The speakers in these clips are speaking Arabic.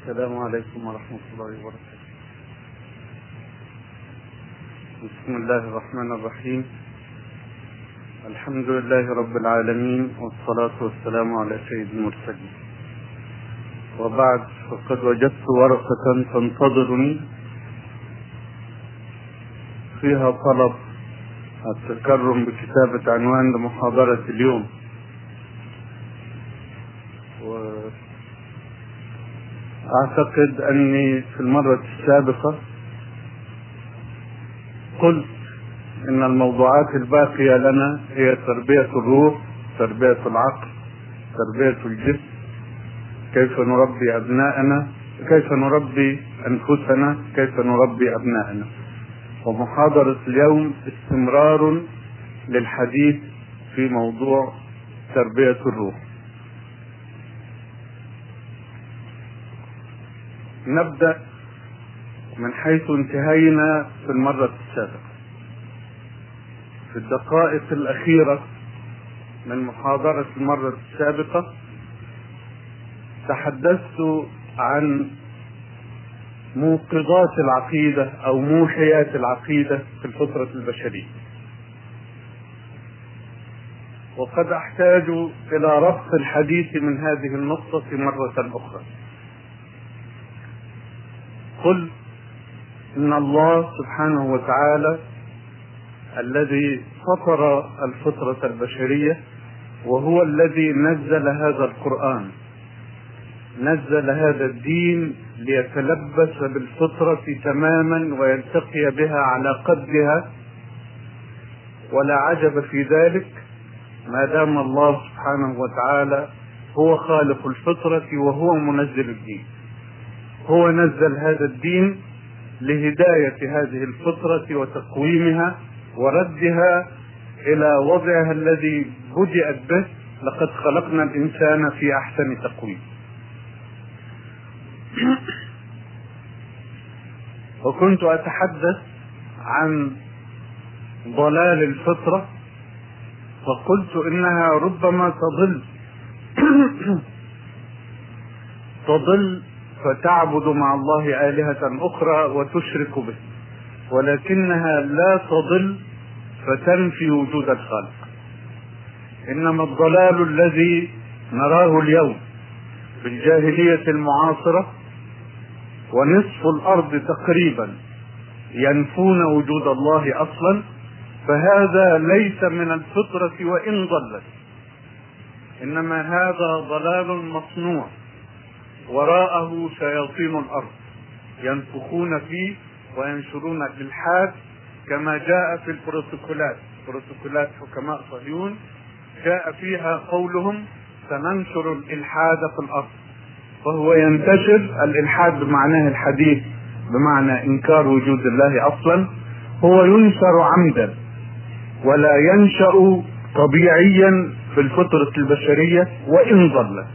السلام عليكم ورحمة الله وبركاته. بسم الله الرحمن الرحيم. الحمد لله رب العالمين، والصلاة والسلام على سيد المرسلين. وبعد، فقد وجدت ورقة تنتظرني فيها طلب التكرم بكتابة عنوان لمحاضرة اليوم. وأعتقد أني في المرة السابقة قلت إن الموضوعات الباقية لنا هي تربية الروح، تربية العقل، تربية الجسم، كيف نربي أبناءنا، كيف نربي أنفسنا، كيف نربي أبناءنا. ومحاضرة اليوم استمرار للحديث في موضوع تربية الروح. نبدأ من حيث انتهينا في المرة السابقة. في الدقائق الأخيرة من محاضرة المرة السابقة تحدثت عن موقظات العقيدة أو موحيات العقيدة في الفطرة البشرية، وقد أحتاج إلى ربط الحديث من هذه النقطة مرة أخرى. قل إن الله سبحانه وتعالى الذي فطر الفطرة البشرية وهو الذي نزل هذا القرآن، نزل هذا الدين ليتلبس بالفطرة تماما ويلتقي بها على قدها، ولا عجب في ذلك ما دام الله سبحانه وتعالى هو خالق الفطرة وهو منزل الدين. هو نزل هذا الدين لهداية هذه الفطرة وتقويمها وردها إلى وضعها الذي بدأت به. لقد خلقنا الإنسان في أحسن تقويم. وكنت أتحدث عن ضلال الفطرة، فقلت إنها ربما تضل فتعبد مع الله آلهة أخرى وتشرك به، ولكنها لا تضل فتنفي وجود الخالق. إنما الضلال الذي نراه اليوم في الجاهلية المعاصرة ونصف الأرض تقريبا ينفون وجود الله أصلا، فهذا ليس من الفطرة وإن ضلت، إنما هذا ضلال مصنوع وراءه شياطين الأرض ينفخون فيه وينشرون الإلحاد، كما جاء في بروتوكولات حكماء صهيون، جاء فيها قولهم سننشر الإلحاد في الأرض. فهو ينتشر الإلحاد بمعناه الحديث، بمعنى إنكار وجود الله أصلا. هو ينشر عمدا ولا ينشأ طبيعيا في الفطرة البشرية وإن ضلت.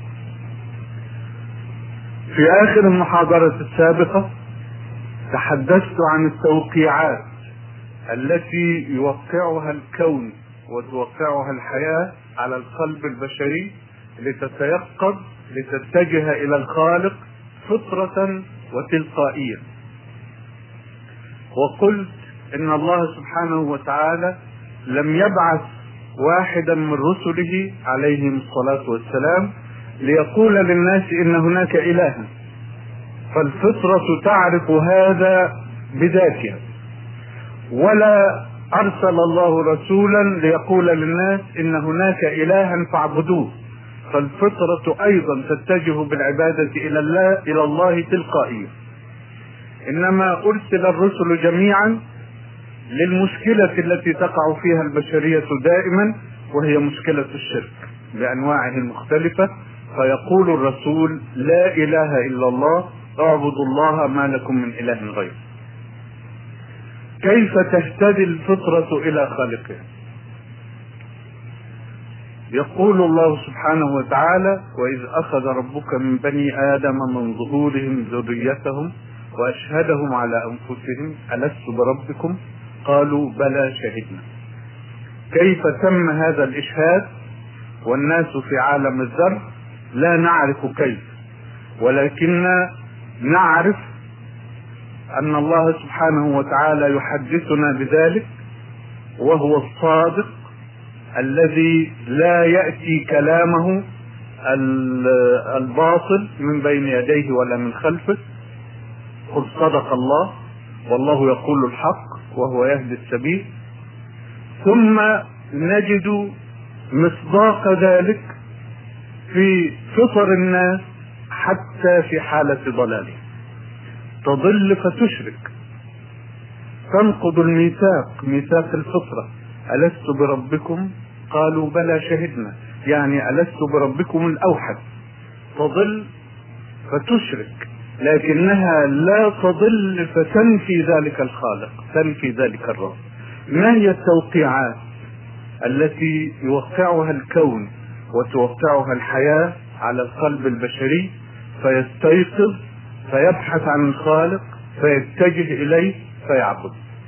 في آخر المحاضرة السابقة تحدثت عن التوقيعات التي يوقعها الكون وتوقعها الحياة على القلب البشري لتتيقظ، لتتجه إلى الخالق فطرة وتلقائية. وقلت إن الله سبحانه وتعالى لم يبعث واحدا من رسله عليهم الصلاة والسلام ليقول للناس إن هناك إلها، فالفطرة تعرف هذا بذاتها. ولا أرسل الله رسولا ليقول للناس إن هناك إلها فاعبدوه، فالفطرة أيضا تتجه بالعبادة إلى الله تلقائيا. إنما أرسل الرسل جميعا للمشكلة التي تقع فيها البشرية دائما، وهي مشكلة الشرك بأنواعه المختلفة. فيقول الرسول لا إله إلا الله، اعبدوا الله ما لكم من إله غيره. كيف تهتدي الفطرة إلى خالقها؟ يقول الله سبحانه وتعالى وإذ أخذ ربك من بني آدم من ظهورهم ذريتهم وأشهدهم على أنفسهم ألست بربكم قالوا بلى شهدنا. كيف تم هذا الإشهاد والناس في عالم الذر؟ لا نعرف كيف، ولكن نعرف أن الله سبحانه وتعالى يحدثنا بذلك، وهو الصادق الذي لا يأتي كلامه الباطل من بين يديه ولا من خلفه. قل صدق الله والله يقول الحق وهو يهدي السبيل. ثم نجد مصداق ذلك في فطر الناس حتى في حالة ضلاله. تضل فتشرك، تنقض الميثاق، ميثاق الفطرة، ألست بربكم قالوا بلى شهدنا، يعني ألست بربكم الأوحد. تضل فتشرك، لكنها لا تضل فتنفي ذلك الخالق، تنفي ذلك الرب. ما هي التوقيعات التي يوقعها الكون وتوقعها الحياة على القلب البشري فيستيقظ فيبحث عن الخالق فيتجه إليه فيعبد؟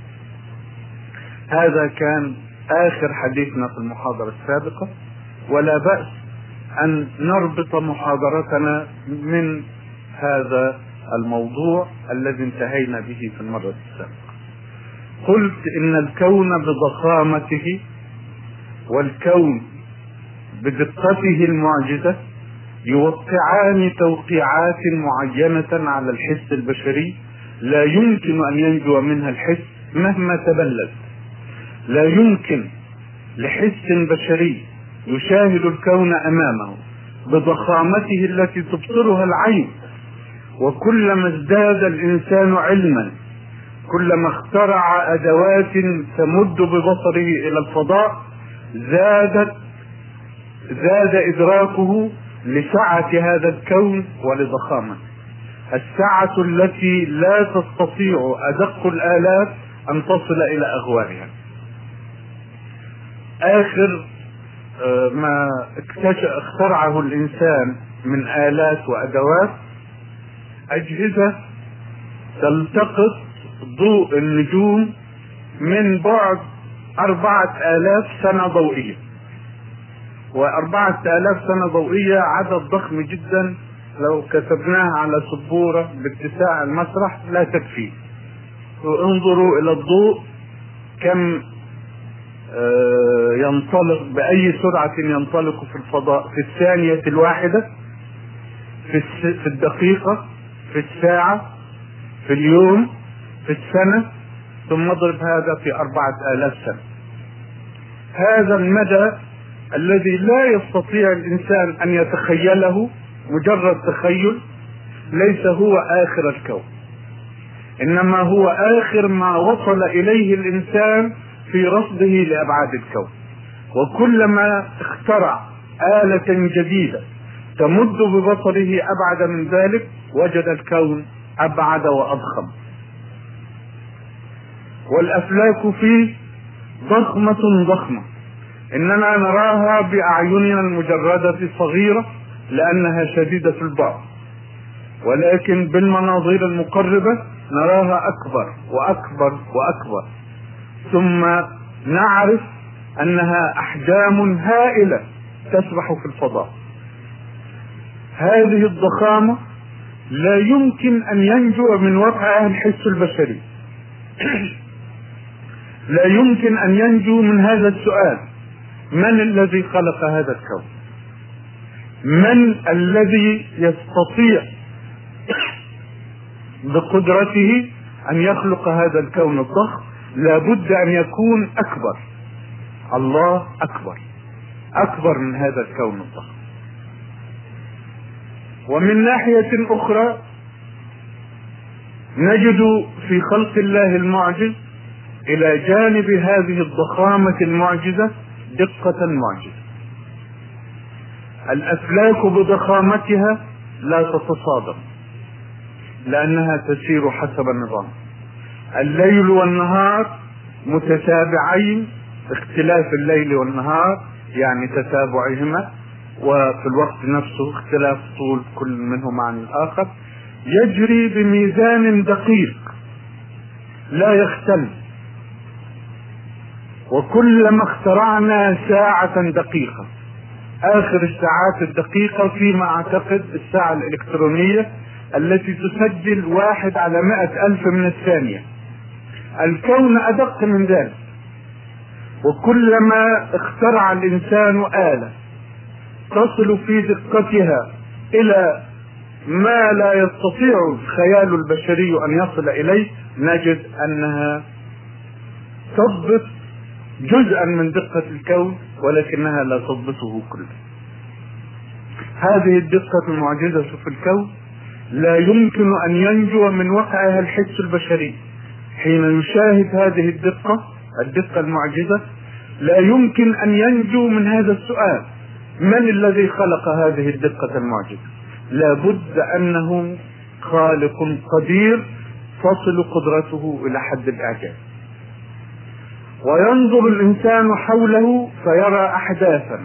هذا كان آخر حديثنا في المحاضرة السابقة، ولا بأس أن نربط محاضرتنا من هذا الموضوع الذي انتهينا به في المرة السابقة. قلت إن الكون بضخامته والكون بدقته المعجزة يوقعان توقيعات معينة على الحس البشري لا يمكن أن ينجو منها الحس مهما تبلد. لا يمكن لحس بشري يشاهد الكون أمامه بضخامته التي تبصرها العين، وكلما ازداد الإنسان علما كلما اخترع أدوات تمد ببصره إلى الفضاء زاد إدراكه لسعة هذا الكون ولضخامته، السعة التي لا تستطيع أدق الآلات أن تصل إلى أغوارها. آخر ما اخترعه الإنسان من آلات وأدوات أجهزة تلتقط ضوء النجوم من بعد 4000 سنة ضوئية، و4000 سنة ضوئية عدد ضخم جدا، لو كتبناها على سبورة باتساع المسرح لا تكفي. وانظروا إلى الضوء كم ينطلق، بأي سرعة ينطلق في الفضاء في الثانية الواحدة، في الدقيقة، في الساعة، في اليوم، في السنة، ثم اضرب هذا في 4000 سنة. هذا المدى الذي لا يستطيع الإنسان أن يتخيله، مجرد تخيل، ليس هو آخر الكون، إنما هو آخر ما وصل إليه الإنسان في رصده لأبعاد الكون. وكلما اخترع آلة جديدة تمد ببصره أبعد من ذلك وجد الكون أبعد وأضخم. والأفلاك فيه ضخمة، إننا نراها بأعيننا المجردة صغيرة لأنها شديدة البعد، ولكن بالمناظير المقربة نراها أكبر وأكبر وأكبر، ثم نعرف أنها أحجام هائلة تسبح في الفضاء. هذه الضخامة لا يمكن أن ينجو من وضعها الحس البشري. لا يمكن أن ينجو من هذا السؤال: من الذي خلق هذا الكون؟ من الذي يستطيع بقدرته أن يخلق هذا الكون الضخم؟ لابد أن يكون أكبر. الله أكبر من هذا الكون الضخم. ومن ناحية أخرى نجد في خلق الله المعجز إلى جانب هذه الضخامة المعجزة دقة معجزة. الأفلاك بضخامتها لا تتصادم لأنها تسير حسب النظام. الليل والنهار متتابعين، اختلاف الليل والنهار يعني تتابعهما، وفي الوقت نفسه اختلاف طول كل منهما عن الآخر، يجري بميزان دقيق لا يختل. وكلما اخترعنا ساعة دقيقة آخر الساعات الدقيقة، فيما أعتقد الساعة الإلكترونية التي تسجل 1/100,000 من الثانية. الكون أدق من ذلك، وكلما اخترع الإنسان آلة تصل في دقتها إلى ما لا يستطيع الخيال البشري أن يصل إليه، نجد أنها تضبط جزءا من دقة الكون ولكنها لا تضبطه كله. هذه الدقة المعجزة في الكون لا يمكن أن ينجو من وقعها الحس البشري. حين يشاهد هذه الدقة المعجزة لا يمكن أن ينجو من هذا السؤال: من الذي خلق هذه الدقة المعجزة؟ لا بد أنه خالق قدير تصل قدرته إلى حد الإعجاز. وينظر الإنسان حوله فيرى أحداثا،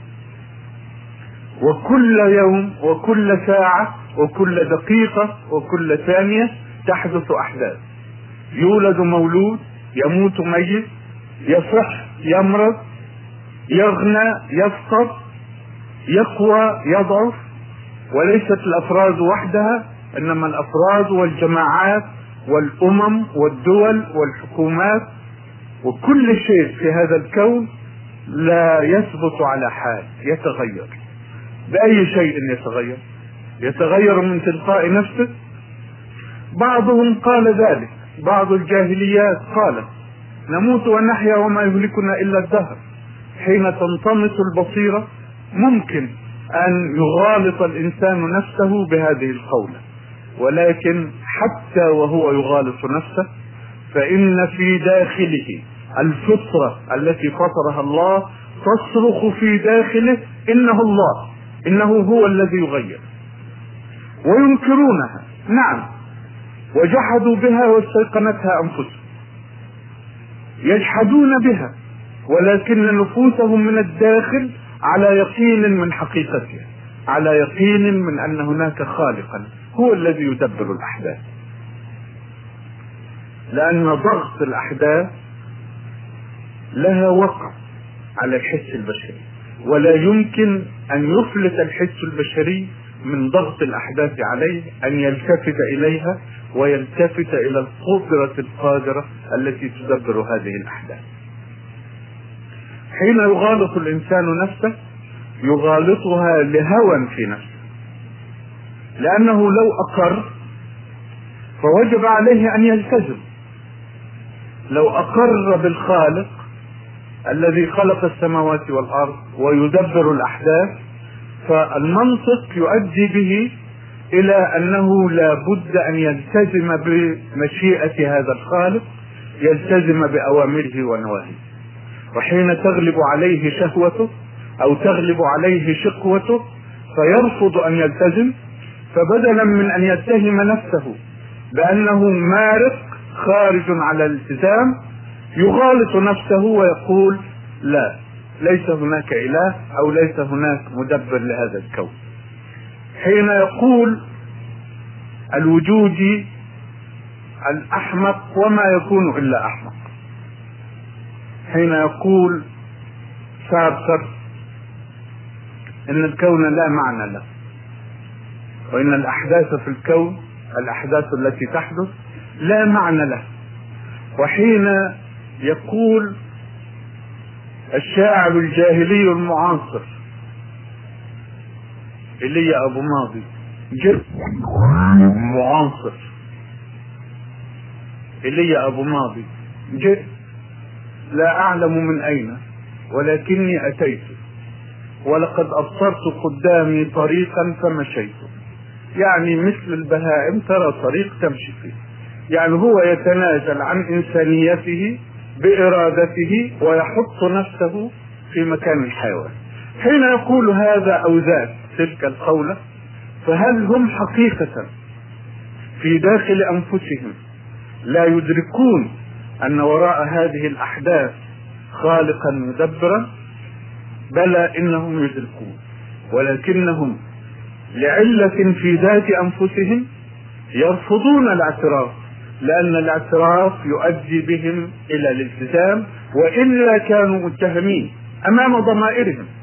وكل يوم وكل ساعة وكل دقيقة وكل ثانية تحدث أحداث. يولد مولود، يموت ميت، يصح يمرض، يغنى يفقر، يقوى يضعف. وليست الأفراد وحدها، إنما الأفراد والجماعات والأمم والدول والحكومات، وكل شيء في هذا الكون لا يثبت على حال، يتغير. بأي شيء يتغير من تلقاء نفسه. بعضهم قال ذلك، بعض الجاهليات قالت: نموت ونحيا وما يهلكنا إلا الدهر. حين تنطمس البصيرة ممكن أن يغالط الإنسان نفسه بهذه القولة، ولكن حتى وهو يغالط نفسه فإن في داخله الفطرة التي فطرها الله تصرخ في داخله: إنه الله، إنه هو الذي يغير. وينكرونها، نعم، وجحدوا بها واستيقنتها أنفسهم. يجحدون بها ولكن نفوسهم من الداخل على يقين من حقيقتها، على يقين من أن هناك خالقا هو الذي يدبر الأحداث. لأن ضغط الأحداث لها وقع على الحس البشري، ولا يمكن أن يفلت الحس البشري من ضغط الأحداث عليه، أن يلتفت إليها ويلتفت إلى القدرة القادرة التي تدبر هذه الأحداث. حين يغالط الإنسان نفسه يغالطها لهوى في نفسه، لأنه لو أقر فوجب عليه أن يلتزم. لو أقر بالخالق الذي خلق السماوات والأرض ويدبر الأحداث، فالمنطق يؤدي به إلى أنه لا بد أن يلتزم بمشيئة هذا الخالق، يلتزم بأوامره ونواهيه. وحين تغلب عليه شهوته أو تغلب عليه شقوته فيرفض أن يلتزم، فبدلا من أن يتهم نفسه بأنه مارق خارج على الالتزام يغالط نفسه ويقول: لا، ليس هناك إله أو ليس هناك مدبر لهذا الكون. حين يقول الوجودي الأحمق وما يكون إلا أحمق، حين يقول سارتر إن الكون لا معنى له، وإن الأحداث في الكون، الأحداث التي تحدث لا معنى له، وحين يقول الشاعر الجاهلي المعاصر إيليا أبو ماضي جد معاصر، إيليا أبو ماضي جد لا أعلم من أين ولكني أتيت ولقد أبصرت قدامي طريقا فمشيت. يعني مثل البهائم ترى طريق تمشي فيه، يعني هو يتنازل عن إنسانيته بإرادته ويحط نفسه في مكان الحيوان. حين يقول هذا أو ذاك تلك القولة، فهل هم حقيقة في داخل أنفسهم لا يدركون أن وراء هذه الأحداث خالقا مدبرا؟ بلى إنهم يدركون، ولكنهم لعلة في ذات أنفسهم يرفضون الاعتراف، لأن الاعتراف يؤدي بهم إلى الالتزام، وإلا كانوا متهمين أمام ضمائرهم.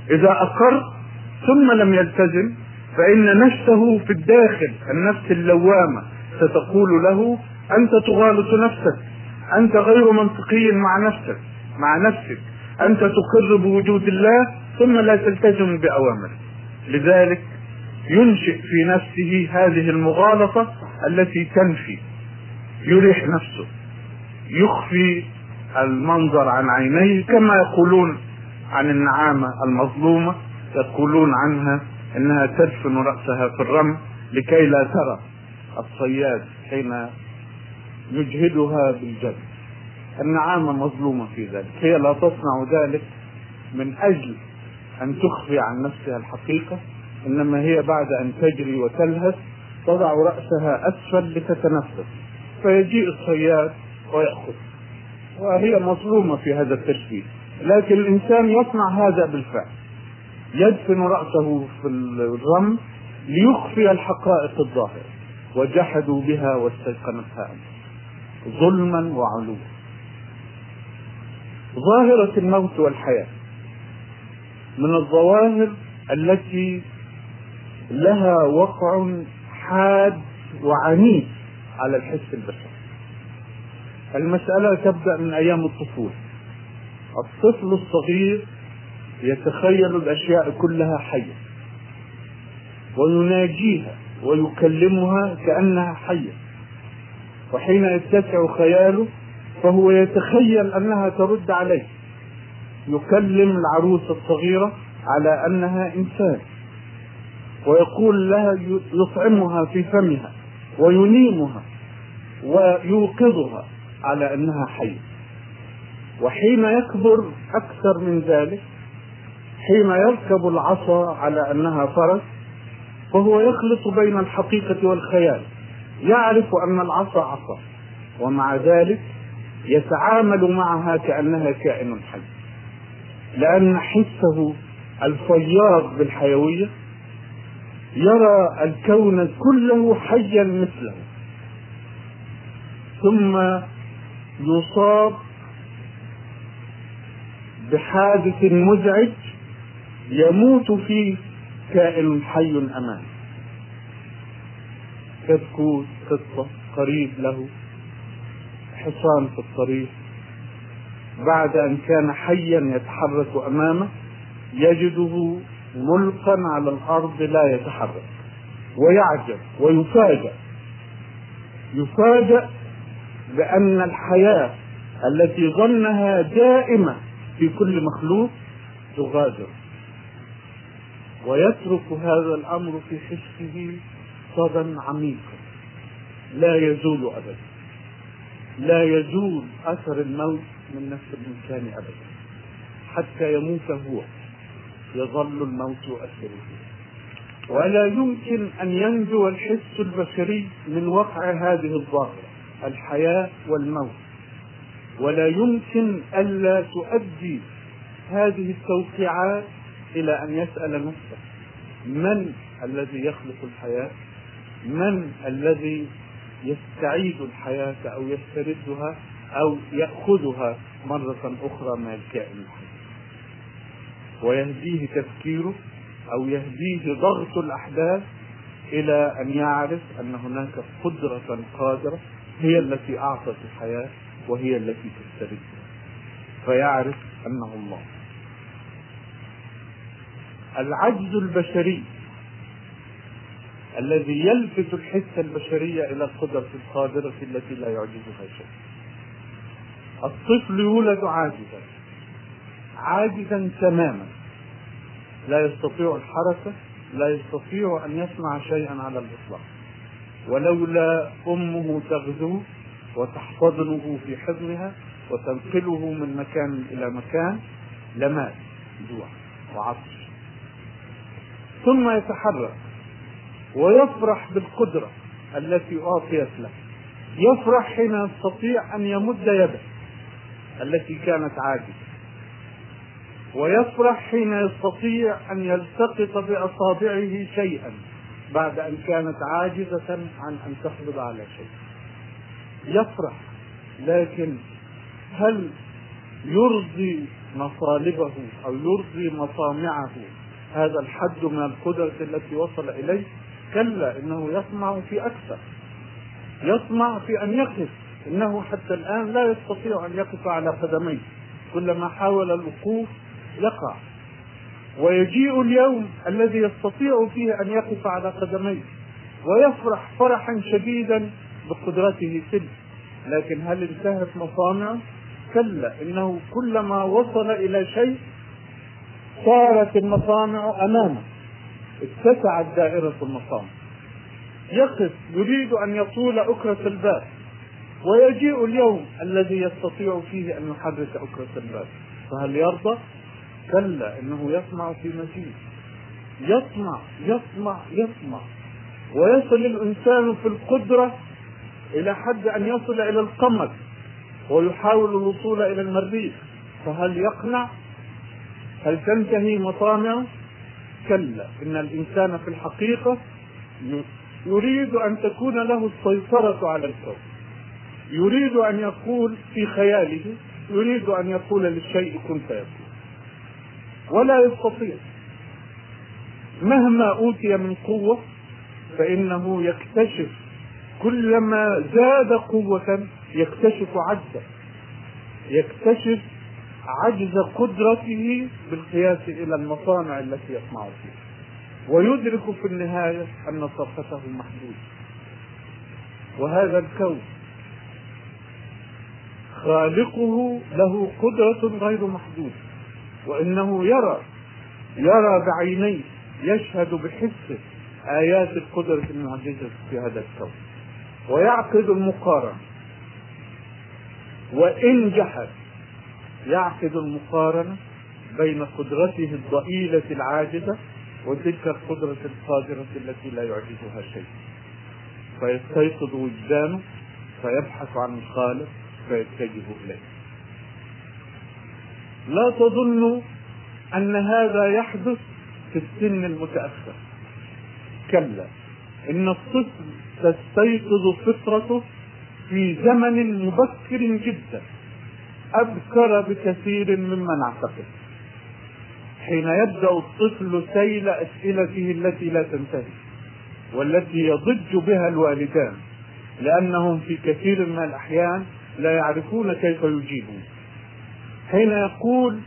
إذا أقر ثم لم يلتزم فإن نفسه في الداخل، النفس اللوامة، ستقول له أنت تغالط نفسك، أنت غير منطقي مع نفسك، أنت تقر بوجود الله ثم لا تلتزم بأوامره. لذلك ينشئ في نفسه هذه المغالطة التي تنفي، يريح نفسه، يخفي المنظر عن عينيه، كما يقولون عن النعامة المظلومة، يقولون عنها انها تدفن رأسها في الرمل لكي لا ترى الصياد حين يجهدها بالجد. النعامة مظلومة في ذلك، هي لا تصنع ذلك من اجل ان تخفي عن نفسها الحقيقة، انما هي بعد ان تجري وتلهث تضع رأسها اسفل لتتنفس، فيجيء الصياد ويأخذ، وهي مظلومة في هذا التشبيه. لكن الإنسان يصنع هذا بالفعل، يدفن رأسه في الرمل ليخفي الحقائق الظاهرة، وجحدوا بها واستيقنتها ظلما وعلوا. ظاهرة الموت والحياة من الظواهر التي لها وقع حاد وعنيف على الحس البشري. المسألة تبدأ من أيام الطفولة. الطفل الصغير يتخيل الأشياء كلها حية، ويناجيها ويكلمها كأنها حية، وحين يتسع خياله فهو يتخيل أنها ترد عليه. يكلم العروس الصغيرة على أنها إنسان، ويقول لها، يطعمها في فمها وينيمها ويوقظها على أنها حية. وحين يكبر أكثر من ذلك، حين يركب العصا على أنها فرس، فهو يخلط بين الحقيقة والخيال، يعرف أن العصا عصا، ومع ذلك يتعامل معها كأنها كائن حي، لأن حسه الفياض بالحيوية يرى الكون كله حيا مثله. ثم يصاب بحادث مزعج يموت فيه كائن حي أمامه. تذكر قصة قريب له حصان في الطريق، بعد أن كان حيا يتحرك أمامه يجده ملقا على الأرض لا يتحرك، ويعجب ويفاجأ بأن الحياة التي ظنها دائمة في كل مخلوق تغادر، ويترك هذا الأمر في حسه صدى عميقا لا يزول أبدا. لا يزول أثر الموت من نفس الإنسان أبدا، حتى يموت هو يظل الموت يؤثر فيه. ولا يمكن أن ينجو الحس البشري من وقع هذه الظاهرة، الحياة والموت. ولا يمكن ألا تؤدي هذه التوقيعات إلى أن يسأل نفسه: من الذي يخلق الحياة؟ من الذي يستعيد الحياة أو يستردها أو يأخذها مرة أخرى من الكائن الحي؟ ويهديه تفكيره أو يهديه ضغط الأحداث إلى أن يعرف أن هناك قدرة قادرة هي التي أعطت الحياة وهي التي تستردها، فيعرف أنه الله. العجز البشري الذي يلفت الحس البشرية إلى القدرة القادرة التي لا يعجزها شيء. الطفل يولد عاجزا تماما، لا يستطيع الحركة، لا يستطيع أن يصنع شيئا على الإطلاق، ولولا أمه تغزوه وتحتضنه في حضنها وتنقله من مكان إلى مكان لمات جوع وعطش. ثم يتحرك ويفرح بالقدرة التي أعطيت له، يفرح حين يستطيع أن يمد يده التي كانت عاجزة، ويفرح حين يستطيع أن يلتقط بأصابعه شيئا بعد أن كانت عاجزة عن أن تقبض على شيء. يفرح، لكن هل يرضي مطالبه أو يرضي مطامعه هذا الحد من القدرة التي وصل إليه، كلا إنه يطمع في أكثر، يطمع في أن يقف. إنه حتى الآن لا يستطيع أن يقف على قدميه، كلما حاول الوقوف يقع. ويجيء اليوم الذي يستطيع فيه أن يقف على قدميه ويفرح فرحا شديدا بقدرته تلك. لكن هل انتهت مطامعه؟ كلا، إنه كلما وصل إلى شيء صارت المطامع أمامه، اتسعت دائرة المطامع، يقف يريد أن يطول أكرة الباب، ويجيء اليوم الذي يستطيع فيه أن يحرك أكرة الباب، فهل يرضى؟ كلا، إنه يطمع في مزيد، يطمع يطمع يطمع، ويصل الإنسان في القدرة إلى حد أن يصل إلى القمر ويحاول الوصول إلى المريخ، فهل يقنع؟ هل تنتهي مطامعه؟ كلا، إن الإنسان في الحقيقة يريد أن تكون له السيطرة على الكون، يريد أن يقول في خياله، يريد أن يقول للشيء كن فيكون، ولا يستطيع. مهما أوتي من قوة فإنه يكتشف، كلما زاد قوة يكتشف عجزه، يكتشف عجز قدرته بالقياس إلى المصانع التي يصنع فيها، ويدرك في النهاية أن طاقته محدودة. وهذا الكون خالقه له قدرة غير محدودة، وإنه يرى بعينيه، يشهد بحسه آيات القدرة المعجزة في هذا الكون، ويعقد المقارنة. وإن جحد يعقد المقارنة بين قدرته الضئيلة العاجزة وتلك القدرة القادرة التي لا يعجزها شيء، فيستيقظ وجدانه فيبحث عن الخالق فيتجه إليه. لا تظنوا أن هذا يحدث في السن المتأخر، كلا، إن الطفل تستيقظ فطرته في زمن مبكر جدا، أبكر بكثير مما نعتقد، حين يبدأ الطفل سيل أسئلته التي لا تنتهي والتي يضج بها الوالدان، لأنهم في كثير من الأحيان لا يعرفون كيف يجيبون. حين يقول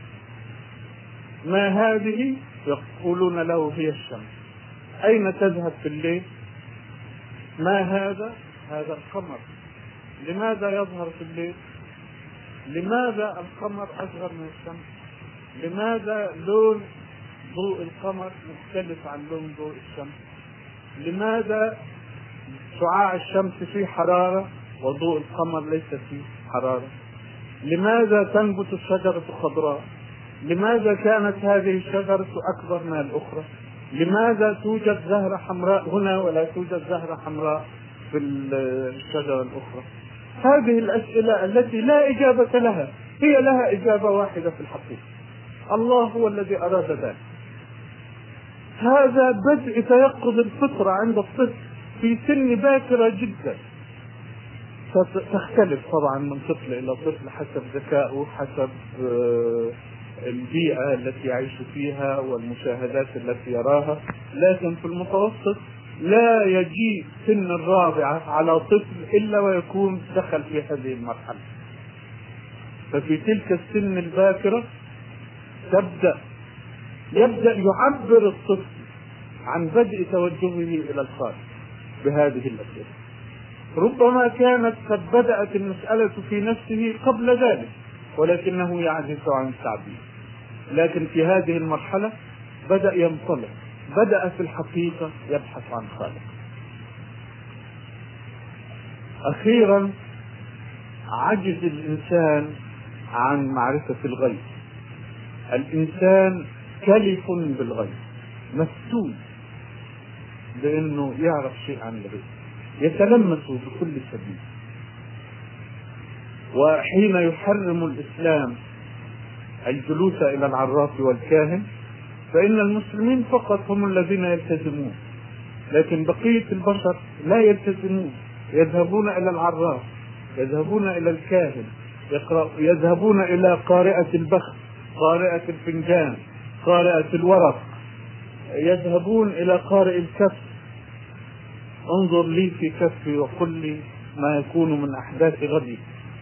ما هذه؟ يقولون له هي الشمس. أين تذهب في الليل؟ ما هذا؟ هذا القمر. لماذا يظهر في الليل؟ لماذا القمر أصغر من الشمس؟ لماذا لون ضوء القمر مختلف عن لون ضوء الشمس؟ لماذا شعاع الشمس فيه حرارة وضوء القمر ليس فيه حرارة؟ لماذا تنبت الشجرة خضراء؟ لماذا كانت هذه الشجرة أكبر من الأخرى؟ لماذا توجد زهرة حمراء هنا ولا توجد زهرة حمراء في الشجرة الأخرى؟ هذه الأسئلة التي لا إجابة لها، هي لها إجابة واحدة في الحقيقة: الله هو الذي أراد ذلك. هذا بدء تيقظ الفطرة عند الطفل في سن باكرة جدا، تختلف طبعا من طفل إلى طفل حسب ذكائه، حسب البيئة التي يعيش فيها والمشاهدات التي يراها، لكن في المتوسط لا يجي سن الرابعة على طفل إلا ويكون دخل في هذه المرحلة. ففي تلك السن الباكرة يبدأ يعبر الطفل عن بدء توجهه إلى الخارج بهذه الأسئلة. ربما كانت قد بدأت المسألة في نفسه قبل ذلك ولكنه يعجز عن التعبير، لكن في هذه المرحلة بدأ ينطلق، بدأ في الحقيقة يبحث عن خالق. أخيرا عجز الإنسان عن معرفة الغيب. الإنسان كلف بالغيب، مفتون بأنه يعرف شيء عن الغيب، يتلمس بكل سبيل. وحين يحرم الإسلام الجلوس إلى العراف والكاهن فإن المسلمين فقط هم الذين يلتزمون، لكن بقية البشر لا يلتزمون، يذهبون إلى العراف، يذهبون إلى الكاهن، يذهبون إلى قارئة البخت قارئة الفنجان، قارئة الورق، يذهبون إلى قارئ الكف، انظر لي في كفي وقل لي ما يكون من أحداث غدي.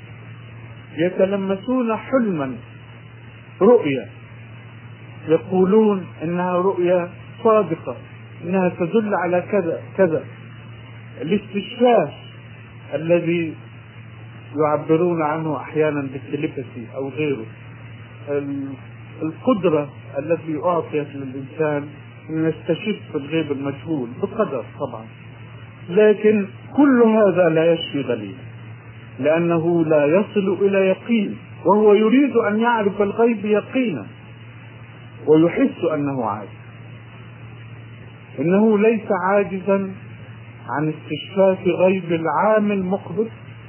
يتلمسون حلما، رؤيا، يقولون إنها رؤيا صادقة، إنها تدل على كذا كذا. الاستشفاف الذي يعبرون عنه أحيانا بالتليباثي أو غيره، القدرة التي أعطيت للإنسان أن يستشف الغيب المجهول بقدر طبعا، لكن كل هذا لا يشفي غليل، لأنه لا يصل إلى يقين، وهو يريد أن يعرف الغيب يقينا ويحس أنه عاجز. إنه ليس عاجزا عن استشفاف غيب العام المقبل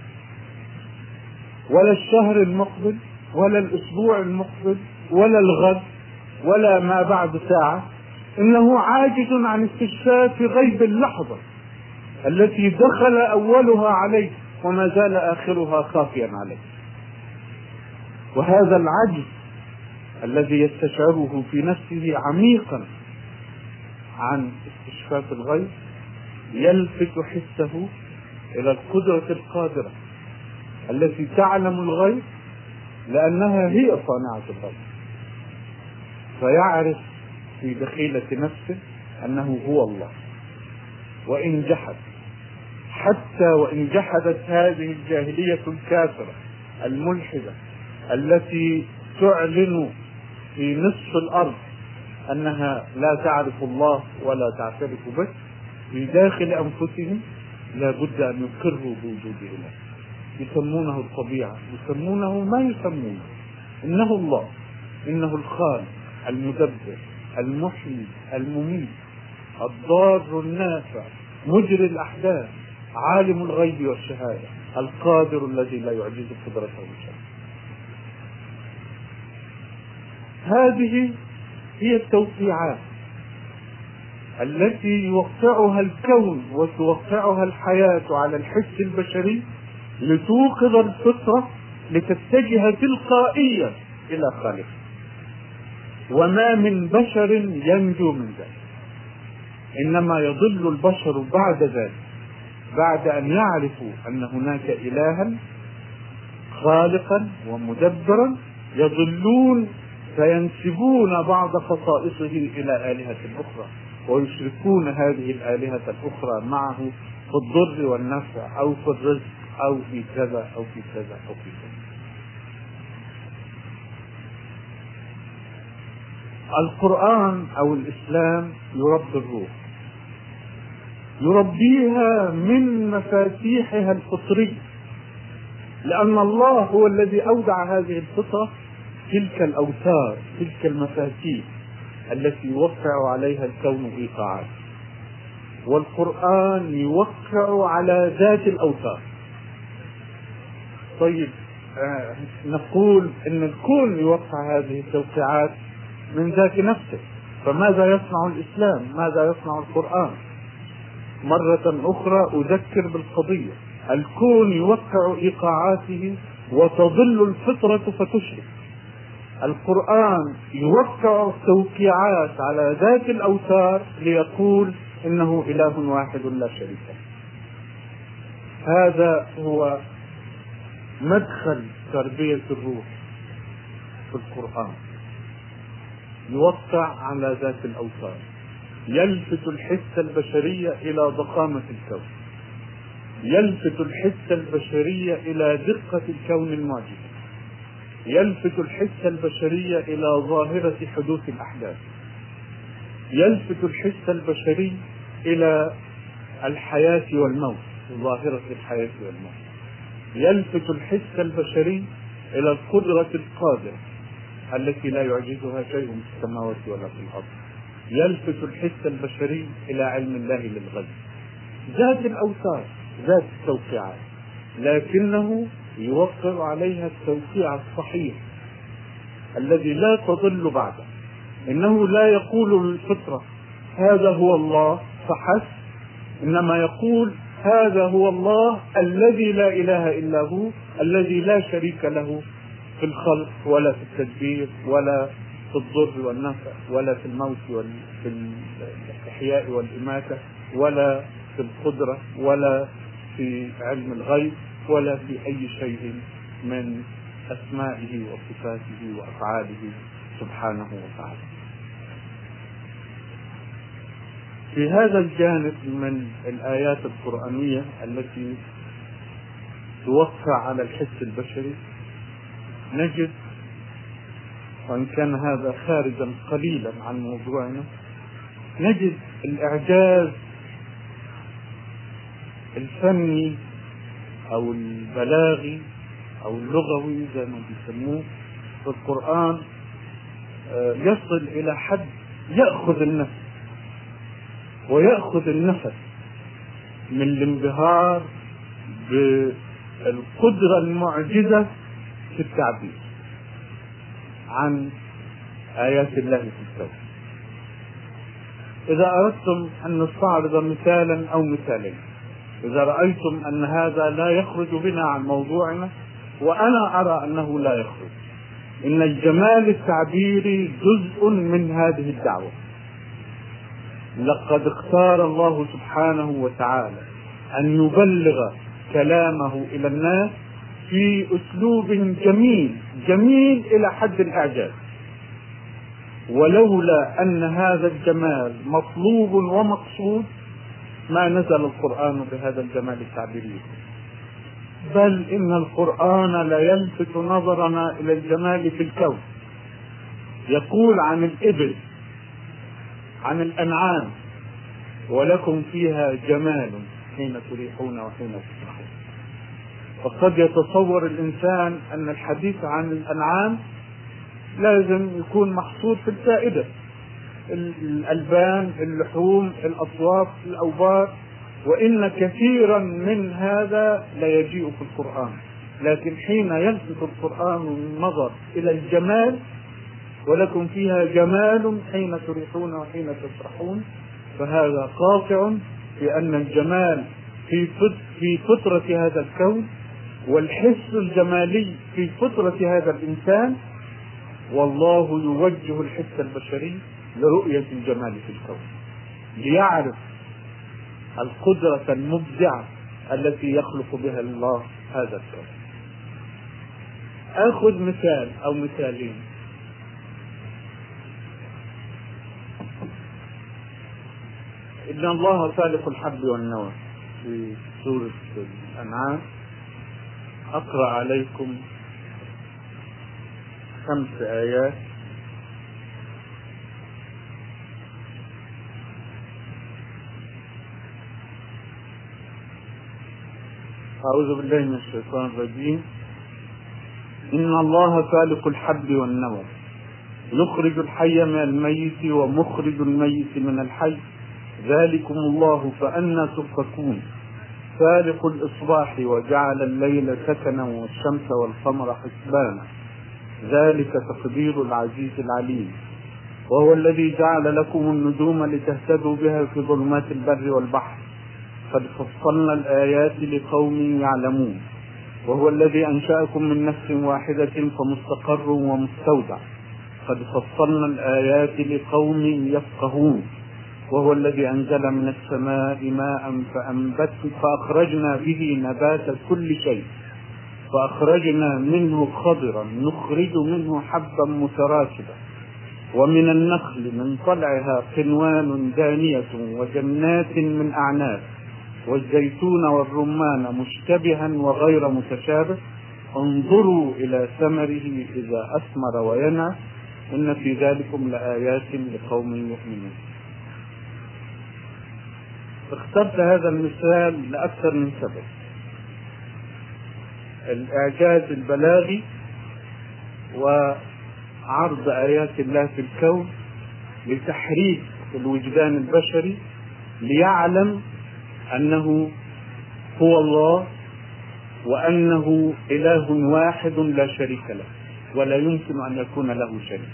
ولا الشهر المقبل ولا الأسبوع المقبل ولا الغد ولا ما بعد ساعة. إنه عاجز عن استشفاف غيب اللحظة التي دخل أولها عليه وما زال آخرها خافيا عليه. وهذا العجز الذي يستشعره في نفسه عميقا عن استشفاف الغيب يلفت حسه إلى القدرة القادرة التي تعلم الغيب لأنها هي صانعة الغيب، فيعرف في دخيلة نفسه أنه هو الله. وإن جحد، حتى وإن جحدت هذه الجاهلية الكافرة الملحدة التي تعلن في نصف الأرض أنها لا تعرف الله ولا تعترف به، في داخل أنفسهم لا بد أن يقروا بوجود إله. يسمونه الطبيعة، يسمونه ما يسمونه، إنه الله، إنه الخالق المدبر المحيي المميت الضار النافع مجري الأحداث عالم الغيب والشهادة القادر الذي لا يعجز قدرته شيء. هذه هي التوقيعات التي يوقعها الكون وتوقعها الحياة على الحس البشري لتوقظ الفطرة لتتجه تلقائيا إلى خالق. وما من بشر ينجو من ذلك، إنما يضل البشر بعد ذلك، بعد أن يعرفوا أن هناك إلها خالقا ومدبرا، يضلون فينسبون بعض خصائصه إلى آلهة أخرى ويشركون هذه الآلهة الأخرى معه في الضر والنفع أو في الرزق أو في كذا أو في كذا أو في كذا. القرآن أو الإسلام يربي الروح، يربيها من مفاتيحها الفطرية، لأن الله هو الذي أودع هذه الفطرة تلك الأوتار، تلك المفاتيح التي يوقع عليها الكون إيقاعات. والقرآن يوقع على ذات الأوتار. طيب نقول إن الكون يوقع هذه التوقيعات من ذات نفسه، فماذا يصنع الإسلام؟ ماذا يصنع القرآن؟ مرة أخرى أذكر بالقضية، الكون يوقع إيقاعاته وتضل الفطرة فتشرك. القرآن يوقع توقيعات على ذات الأوتار ليقول إنه إله واحد لا شريك له. هذا هو مدخل تربية الروح في القرآن، يوقع على ذات الأوتار، يلفت الحس البشرية إلى ضخامة الكون، يلفت الحس البشرية إلى دقة الكون المعجزة، يلفت الحس البشرية إلى ظاهرة حدوث الأحداث، يلفت الحس البشري إلى الحياة والموت، ظاهرة الحياة والموت، يلفت الحس البشري إلى القدرة القادرة التي لا يعجزها شيء في السماوات ولا في الأرض، يلفت الحس البشري إلى علم الله للغيب. ذات الأوتار، ذات التوقيعات، لكنه يوقع عليها التوقيع الصحيح الذي لا تضل بعده. إنه لا يقول للفطرة هذا هو الله فحسب، إنما يقول هذا هو الله الذي لا إله إلا هو، الذي لا شريك له في الخلق ولا في التدبير ولا في الضر والنفع ولا في الموت في الإحياء والإماتة ولا في القدرة ولا في علم الغيب ولا في أي شيء من أسمائه وصفاته وأفعاله سبحانه وتعالى. في هذا الجانب من الآيات القرآنية التي توقع على الحس البشري نجد، وإن كان هذا خارجا قليلا عن موضوعنا، نجد الإعجاز الفني أو البلاغي أو اللغوي زي ما بيسموه في القرآن يصل إلى حد يأخذ النفس ويأخذ النفس من الانبهار بالقدرة المعجزة في التعبير عن آيات الله في الكون. إذا أردتم أن نستعرض مثالا أو مثالين، إذا رأيتم أن هذا لا يخرج بنا عن موضوعنا، وأنا أرى أنه لا يخرج، إن الجمال التعبيري جزء من هذه الدعوة. لقد اختار الله سبحانه وتعالى أن يبلغ كلامه إلى الناس في أسلوب جميل جميل إلى حد الإعجاز، ولولا أن هذا الجمال مطلوب ومقصود ما نزل القرآن بهذا الجمال التعبيري، بل إن القرآن لا يلفت نظرنا إلى الجمال في الكون. يقول عن الإبل، عن الأنعام: ولكم فيها جمال حين تريحون وحين تسرحون. وقد يتصور الإنسان أن الحديث عن الأنعام لازم يكون محصور في الفائدة، الألبان، اللحوم، الأصوات، الأوبار، وإن كثيرا من هذا لا يجيء في القرآن. لكن حين يلفت القرآن النظر إلى الجمال: ولكم فيها جمال حين تريحون وحين تسرحون، فهذا قاطع بأن الجمال في فطرة هذا الكون، والحس الجمالي في فطرة هذا الإنسان، والله يوجه الحس البشري لرؤية الجمال في الكون ليعرف القدرة المبدعة التي يخلق بها الله هذا الكون. أخذ مثال أو مثالين. إن الله فالق الحب والنوى في سورة الأنعام. أقرأ عليكم 5 آيات. أعوذ بالله من الشيطان الرجيم. إن الله فالق الحب والنوى يخرج الحي من الميت ومخرج الميت من الحي، ذلكم الله فأنى تؤفكون. فالق الإصباح وجعل الليل سكنا والشمس والقمر حسبانا، ذلك تقدير العزيز العليم. وهو الذي جعل لكم النجوم لتهتدوا بها في ظلمات البر والبحر، قد فصلنا الآيات لقوم يعلمون. وهو الذي أنشأكم من نفس واحدة فمستقر ومستودع، قد فصلنا الآيات لقوم يفقهون. وهو الذي أنزل من السماء ماء فأخرجنا به نبات كل شيء، فأخرجنا منه خضرا نخرج منه حبا متراكبا، ومن النخل من طلعها قنوان دانية وجنات من أعناب، والزيتون والرمان مشتبها وغير متشابه، انظروا إلى ثمره إذا أثمر وينعى، إن في ذلكم لآيات لقوم يؤمنون. اخترت هذا المثال لأكثر من سبب: الإعجاز البلاغي، وعرض آيات الله في الكون لتحريك الوجدان البشري ليعلم أنه هو الله، وأنه إله واحد لا شريك له، ولا يمكن أن يكون له شريك.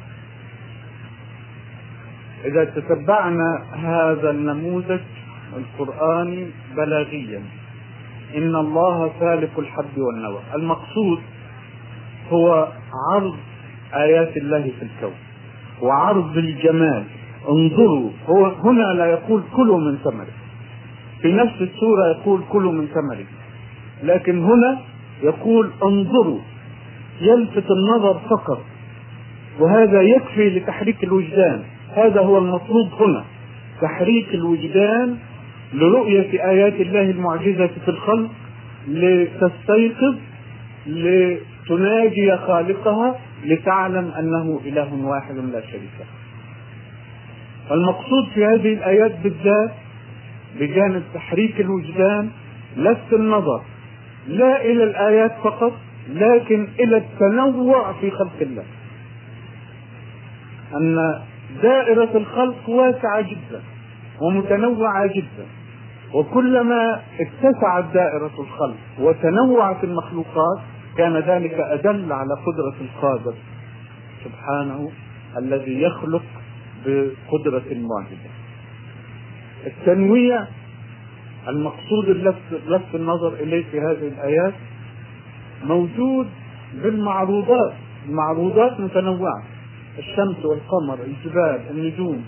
إذا تتبعنا هذا النموذج القرآني بلاغيا: إن الله فالق الحب والنوى، المقصود هو عرض آيات الله في الكون وعرض الجمال. انظروا، هو هنا لا يقول كلوا من ثمره، في نفس السورة يقول كلوا من ثمره، لكن هنا يقول انظروا، يلفت النظر فقط، وهذا يكفي لتحريك الوجدان. هذا هو المطلوب هنا، تحريك الوجدان لرؤية آيات الله المعجزة في الخلق، لتستيقظ، لتناجي خالقها، لتعلم أنه إله واحد لا شريك له. المقصود في هذه الآيات بالذات بجانب تحريك الوجدان لفت النظر لا إلى الآيات فقط، لكن إلى التنوع في خلق الله، أن دائرة الخلق واسعة جدا ومتنوعة جدا، وكلما اتسعت دائرة الخلق وتنوعت المخلوقات كان ذلك أدل على قدرة القادر سبحانه الذي يخلق بقدرة معجزة. التنويع المقصود لفت النظر إليه في هذه الآيات موجود بالمعروضات، المعروضات متنوعة، الشمس والقمر، الجبال، النجوم،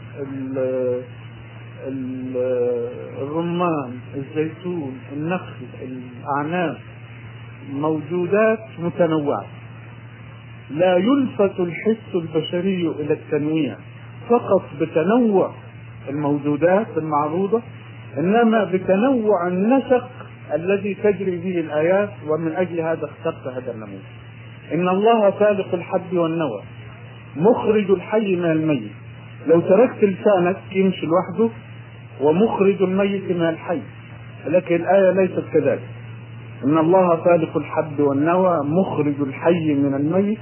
الرمان، الزيتون، النخل، الأعناب، موجودات متنوعة. لا يلفت الحس البشري إلى التنويع فقط بتنوع الموجودات المعروضة، إنما بتنوع النسق الذي تجري به الآيات، ومن أجل هذا اخترت هذا النموذج. إن الله فالق الحب والنوى مخرج الحي من الميت. لو تركت لسانك يمشي لوحده، ومخرج الميت من الحي، لكن الآية ليست كذلك. إن الله فالق الحب والنوى مخرج الحي من الميت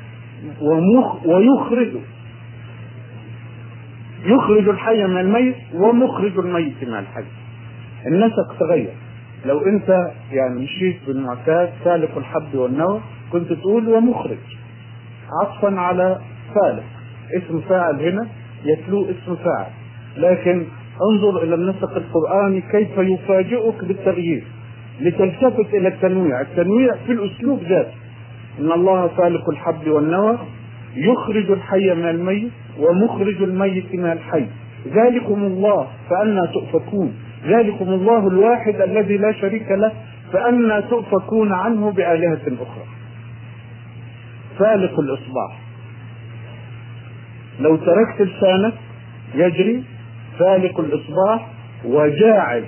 يخرج الحي من الميت ومخرج الميت من الحي. النسق تغير. لو انت يعني مشيت بالمعتاد فالق الحب والنوى كنت تقول ومخرج عطفا على فالق، اسم فاعل هنا يتلو اسم فاعل، لكن انظر الى النسق القرآني كيف يفاجئك بالتغيير لتلتفت الى التنويع. التنويع في الاسلوب ذاته. ان الله فالق الحب والنوى يخرج الحي من الميت ومخرج الميت من الحي، ذلكم الله فأنى تؤفكون، ذلكم الله الواحد الذي لا شريك له فأنى تؤفكون عنه بآلهة أخرى. فالق الإصباح، لو تركت لسانك يجري فالق الإصباح وجاعل،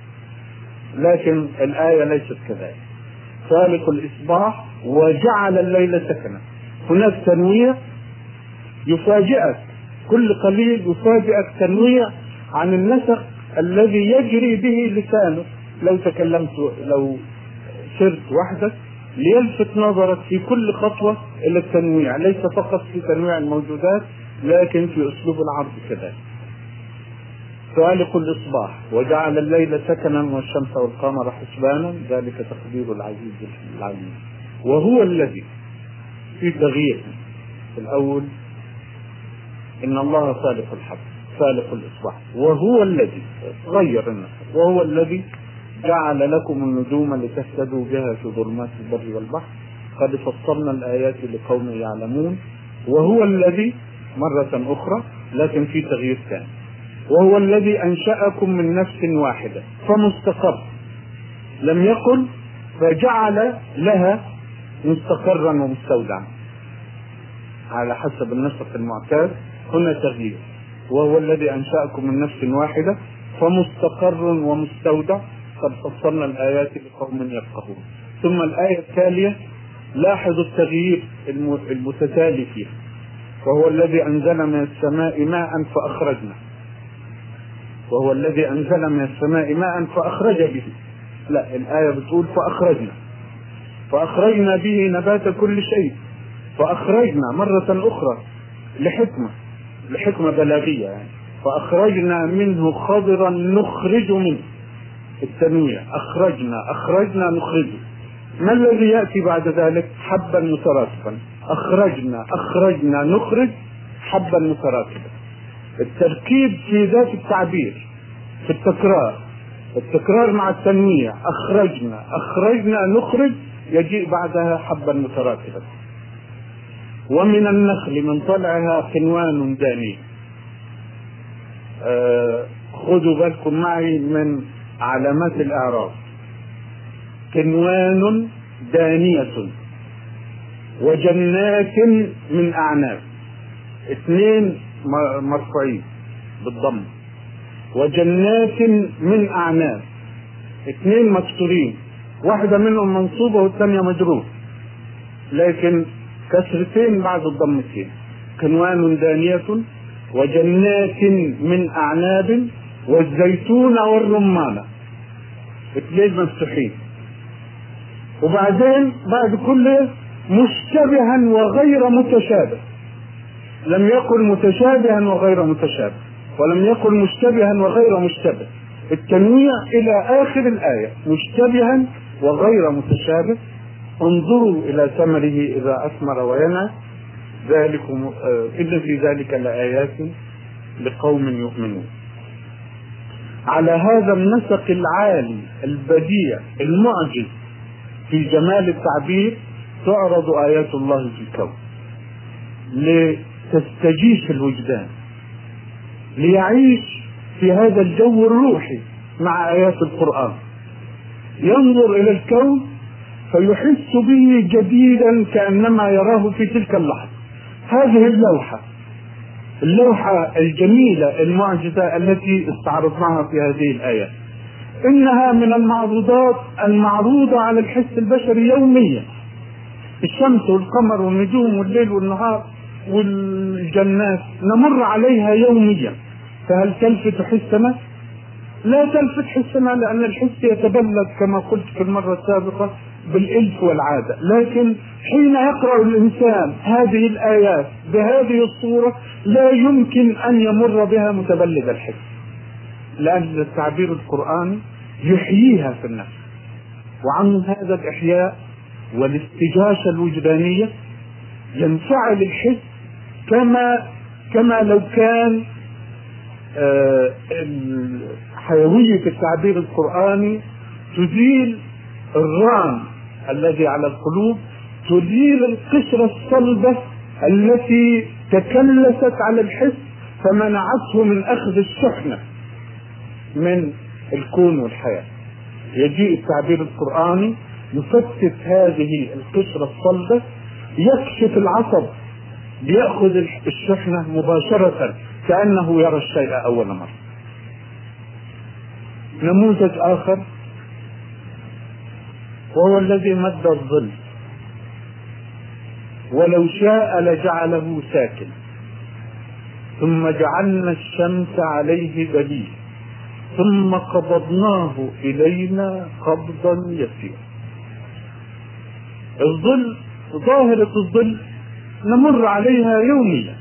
لكن الآية ليست كذلك. فالق الإصباح وجعل الليل سكنا. هناك تنويع يفاجئك، كل قليل يفاجئك تنويع عن النسق الذي يجري به لسانك. لو تكلمت، لو سرت وحدك ليلفت نظرك في كل خطوة إلى التنويع، ليس فقط في تنويع الموجودات لكن في أسلوب العرض كذلك. فالق الإصباح وجعل الليل سكنا والشمس والقمر حسبانا ذلك تقدير العزيز العليم. وهو الذي في تغيير في الأول إن الله فالق الحب فالق الإصباح، وهو الذي غير النسق، وهو الذي جعل لكم النجوم لتهتدوا بها في ظلمات البر والبحر قد فصلنا الآيات لقوم يعلمون. وهو الذي مرة أخرى لكن في تغيير ثاني، وهو الذي أنشأكم من نفس واحدة فمستقر، لم يقل فجعل لها مستقرا ومستودعا على حسب النسق المعتاد. هنا تغيير، وهو الذي أنشأكم من نفس واحدة فمستقر ومستودع قد فصلنا الآيات لقوم يفقهون. ثم الآية التالية لاحظوا التغيير المتتالي فيها. وهو الذي أنزل من السماء ماء فأخرجنا، وهو الذي أنزل من السماء ماء فأخرج به، لا، الآية بتقول فأخرجنا به نبات كل شيء. فأخرجنا مرة أخرى لحكمة بلاغية يعني. فأخرجنا منه خضرا نخرج منه، التنويع، أخرجنا نخرجه. ما الذي يأتي بعد ذلك؟ حبا متراكبا. أخرجنا نخرج حبا متراكبا. التركيب في ذات التعبير، في التكرار مع التنويع. أخرجنا نخرج يجيء بعدها حبا متراكبا. ومن النخل من طلعها قنوان دانية. خذوا بالكم معي من علامات الإعراب. قنوان دانية وجنات من أعناب، اثنين مرفوعين بالضم، وجنات من أعناب اثنين مكسورين، واحدة منهم منصوبة والثانية مجرورة لكن كسرتين بعد الضمتين. قنوان دانية وجنات من أعناب والزيتون والرمان، اثنين مفتوحين. وبعدين بعد كله مشتبها وغير متشابه، لم يقل متشابها وغير متشابه، ولم يقل مشتبها وغير مشتبه، التنويع إلى آخر الآية، مشتبها وغير متشابه. انظروا إلى ثمره إذا أثمر وينعى، ذلكم إن في ذلك لآيات لقوم يؤمنون. على هذا النسق العالي البديع المعجز في جمال التعبير تعرض آيات الله في الكون لتستجيش الوجدان، ليعيش في هذا الجو الروحي مع آيات القرآن، ينظر إلى الكون فيحس به جديدا كأنما يراه في تلك اللحظة. هذه اللوحة الجميلة المعجزة التي استعرضناها في هذه الآية، إنها من المعروضات المعروضة على الحس البشري يوميا. الشمس والقمر والنجوم والليل والنهار والجنات نمر عليها يوميا، فهل تلفت حسنا؟ لا تلفت حسنا، لأن الحس يتبلد كما قلت في المرة السابقة بالإلف والعادة. لكن حين يقرأ الإنسان هذه الآيات بهذه الصورة لا يمكن أن يمر بها متبلد الحس، لأن التعبير القرآني يحييها في النفس. وعن هذا الإحياء والاستجاشة الوجدانية ينفعل الحس كما لو كان حيوية التعبير القرآني تزيل الران الذي على القلوب، تزيل القشرة الصلبة التي تكلست على الحس فمنعته من أخذ الشحنة من الكون والحياة. يجيء التعبير القرآني يفتت هذه القشرة الصلبة، يكشف العصب ليأخذ الشحنة مباشرة كأنه يرى الشيء أول مرة. نموذج آخر وهو الذي مد الظل، ولو شاء لجعله ساكن ثم جعلنا الشمس عليه دليل ثم قبضناه إلينا قبضا يسيرا. الظل، ظاهرة الظل نمر عليها يوميا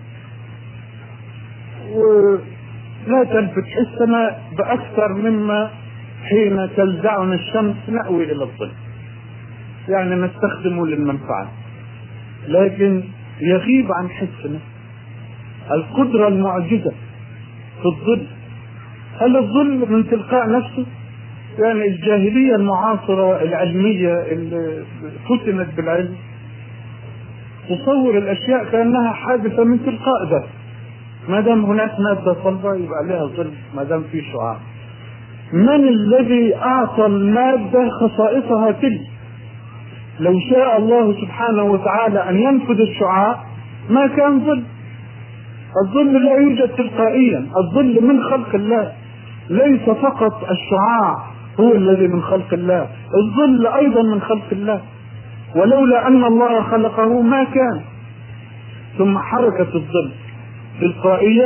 ولا تلفت حسنا بأكثر مما حين تلزعنا الشمس نأوي إلى الظل، يعني نستخدمه للمنفعة، لكن يغيب عن حسنا القدرة المعجزة في الظل. هل الظل من تلقاء نفسه؟ يعني الجاهلية المعاصرة العلمية اللي فتنت بالعلم تصور الأشياء كأنها حادثة من تلقاء ذات، ما دام هناك مادة صلبة يبقى لها ظل، ما دام في شعاع. من الذي أعطى المادة خصائصها تلك؟ لو شاء الله سبحانه وتعالى أن ينفذ الشعاع ما كان ظل. الظل لا يوجد تلقائيا، الظل من خلق الله، ليس فقط الشعاع هو الذي من خلق الله، الظل أيضا من خلق الله، ولولا أن الله خلقه ما كان. ثم حركة الظل تلقائية،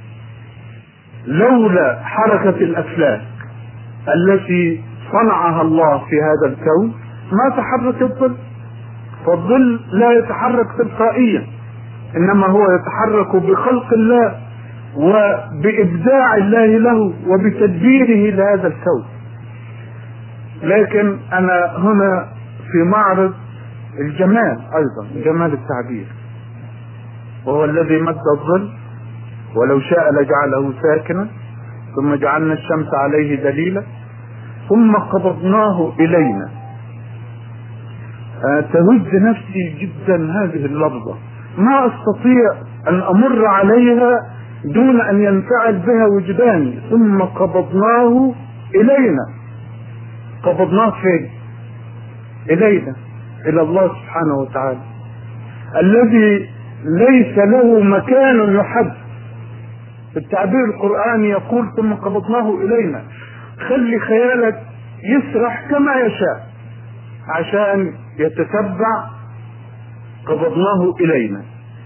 لولا حركة الأفلاك التي صنعها الله في هذا الكون ما تحرك الظل. فالظل لا يتحرك تلقائيا، إنما هو يتحرك بخلق الله وبإبداع الله له وبتدبيره لهذا الكون. لكن أنا هنا في معرض الجمال أيضا، جمال التعبير، وهو الذي مد الظل ولو شاء لجعله ساكنا ثم جعلنا الشمس عليه دليلا ثم قبضناه إلينا. تهز نفسي جدا هذه اللفظة، ما استطيع ان امر عليها دون ان ينفعل بها وجداني. ثم قبضناه الينا. قبضناه فين؟ الينا، الى الله سبحانه وتعالى الذي ليس له مكان يحد. التعبير القرآني يقول ثم قبضناه الينا. خلي خيالك يسرح كما يشاء عشان يتتبع قبضناه الينا،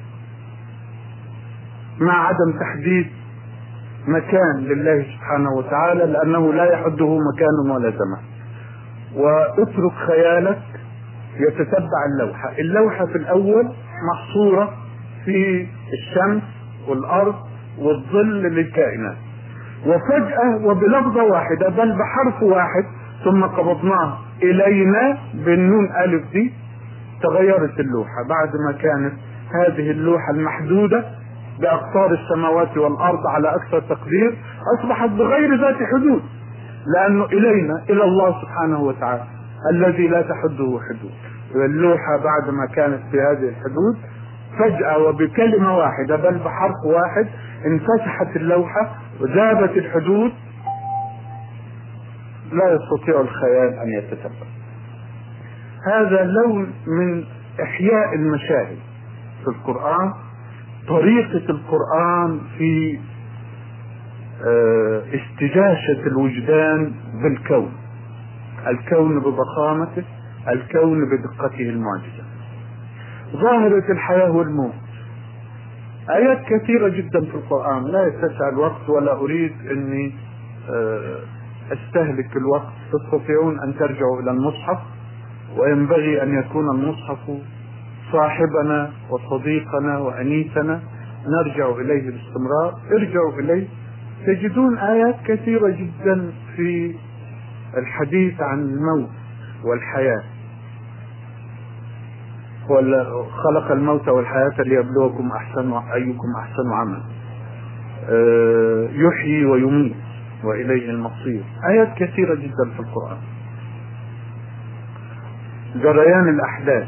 مع عدم تحديد مكان لله سبحانه وتعالى، لانه لا يحده مكان ولا زمان. واترك خيالك يتتبع اللوحة. اللوحة في الاول محصورة في الشمس والارض والظل للكائنات، وفجأة وبلفظة واحدة بل بحرف واحد ثم قبضناه الينا بالنون الف دي تغيرت اللوحة. بعد ما كانت هذه اللوحة المحدودة بأقطار السماوات والأرض على أكثر تقدير أصبحت بغير ذات حدود، لأنه إلينا، إلى الله سبحانه وتعالى الذي لا تحده حدود. اللوحة بعد ما كانت في هذه الحدود فجأة وبكلمة واحدة بل بحرف واحد انفتحت اللوحة وذابت الحدود، لا يستطيع الخيال أن يتتبع. هذا لون من إحياء المشاهد في القرآن، طريقة القرآن في استجاشة الوجدان بالكون، الكون بضخامته، الكون بدقته المعجزة. ظاهرة الحياة والموت، آيات كثيرة جدا في القرآن، لا يتسع الوقت ولا أريد أني أستهلك الوقت. تستطيعون أن ترجعوا إلى المصحف، وينبغي أن يكون المصحف صاحبنا وصديقنا وأنيسنا، نرجع إليه باستمرار. ارجعوا إليه تجدون آيات كثيرة جدا في الحديث عن الموت والحياة. خلق الموت والحياة ليبلوكم أيكم أحسن عملا، يحيي ويميت وإليه المصير. آيات كثيرة جدا في القرآن. جريان الأحداث،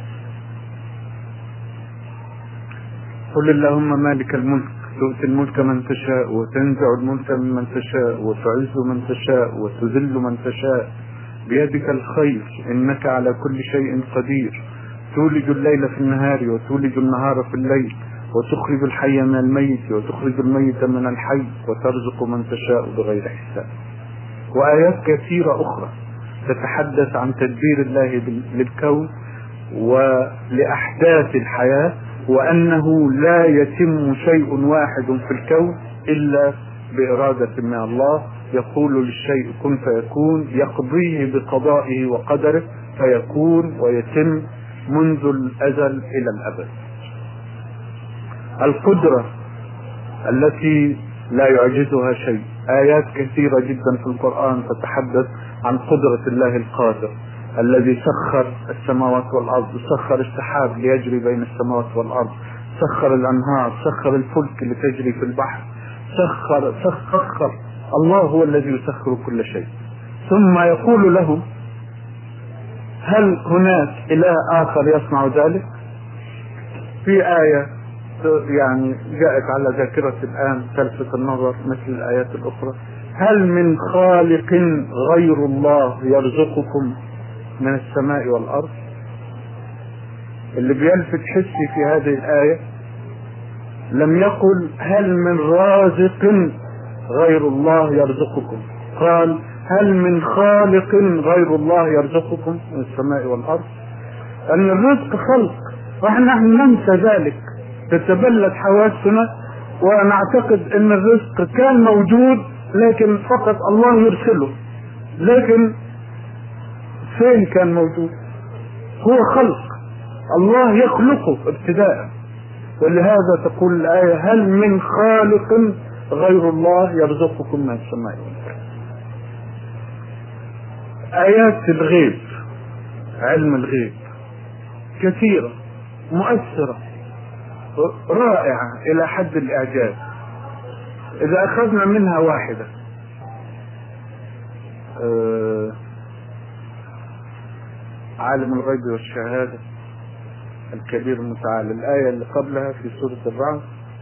قل اللهم مالك الملك تؤتي الملك من تشاء وتنزع الملك ممن تشاء وتعز من تشاء وتذل من تشاء بيدك الخير إنك على كل شيء قدير تولج الليل في النهار وتولج النهار في الليل وتخرج الحي من الميت وتخرج الميت من الحي وترزق من تشاء بغير حساب. وآيات كثيرة أخرى تتحدث عن تدبير الله للكون ولأحداث الحياة، وأنه لا يتم شيء واحد في الكون إلا بإرادة من الله. يقول للشيء كن فيكون، يقضيه بقضائه وقدره فيكون ويتم منذ الأزل إلى الأبد. القدرة التي لا يعجزها شيء، آيات كثيرة جدا في القرآن تتحدث عن قدرة الله القادر الذي سخر السماوات والأرض، سخر السحاب ليجري بين السماوات والأرض، سخر الأنهار، سخر الفلك لتجري في البحر، سخر. الله هو الذي يسخر كل شيء. ثم يقول له هل هناك إله آخر يصنع ذلك؟ في آية يعني جاءت على ذاكرة الآن تلفت النظر مثل الآيات الأخرى: هل من خالق غير الله يرزقكم من السماء والأرض؟ اللي بيلفت حسي في هذه الآية لم يقل هل من رازق غير الله يرزقكم، قال هل من خالق غير الله يرزقكم من السماء والأرض. أن الرزق خلق ونحن ننسى ذلك، تتبلد حواسنا ونعتقد أن الرزق كان موجود لكن فقط الله يرسله، لكن فين كان موجود؟ هو خلق، الله يخلقه ابتداء. ولهذا تقول الآية هل من خالق غير الله يرزقكم من السماء والأرض. آيات الغيب، علم الغيب كثيرة مؤثرة رائعة إلى حد الإعجاز. إذا أخذنا منها واحدة، عالم الغيب والشهادة الكبير المتعال. الآية اللي قبلها في سورة الرعد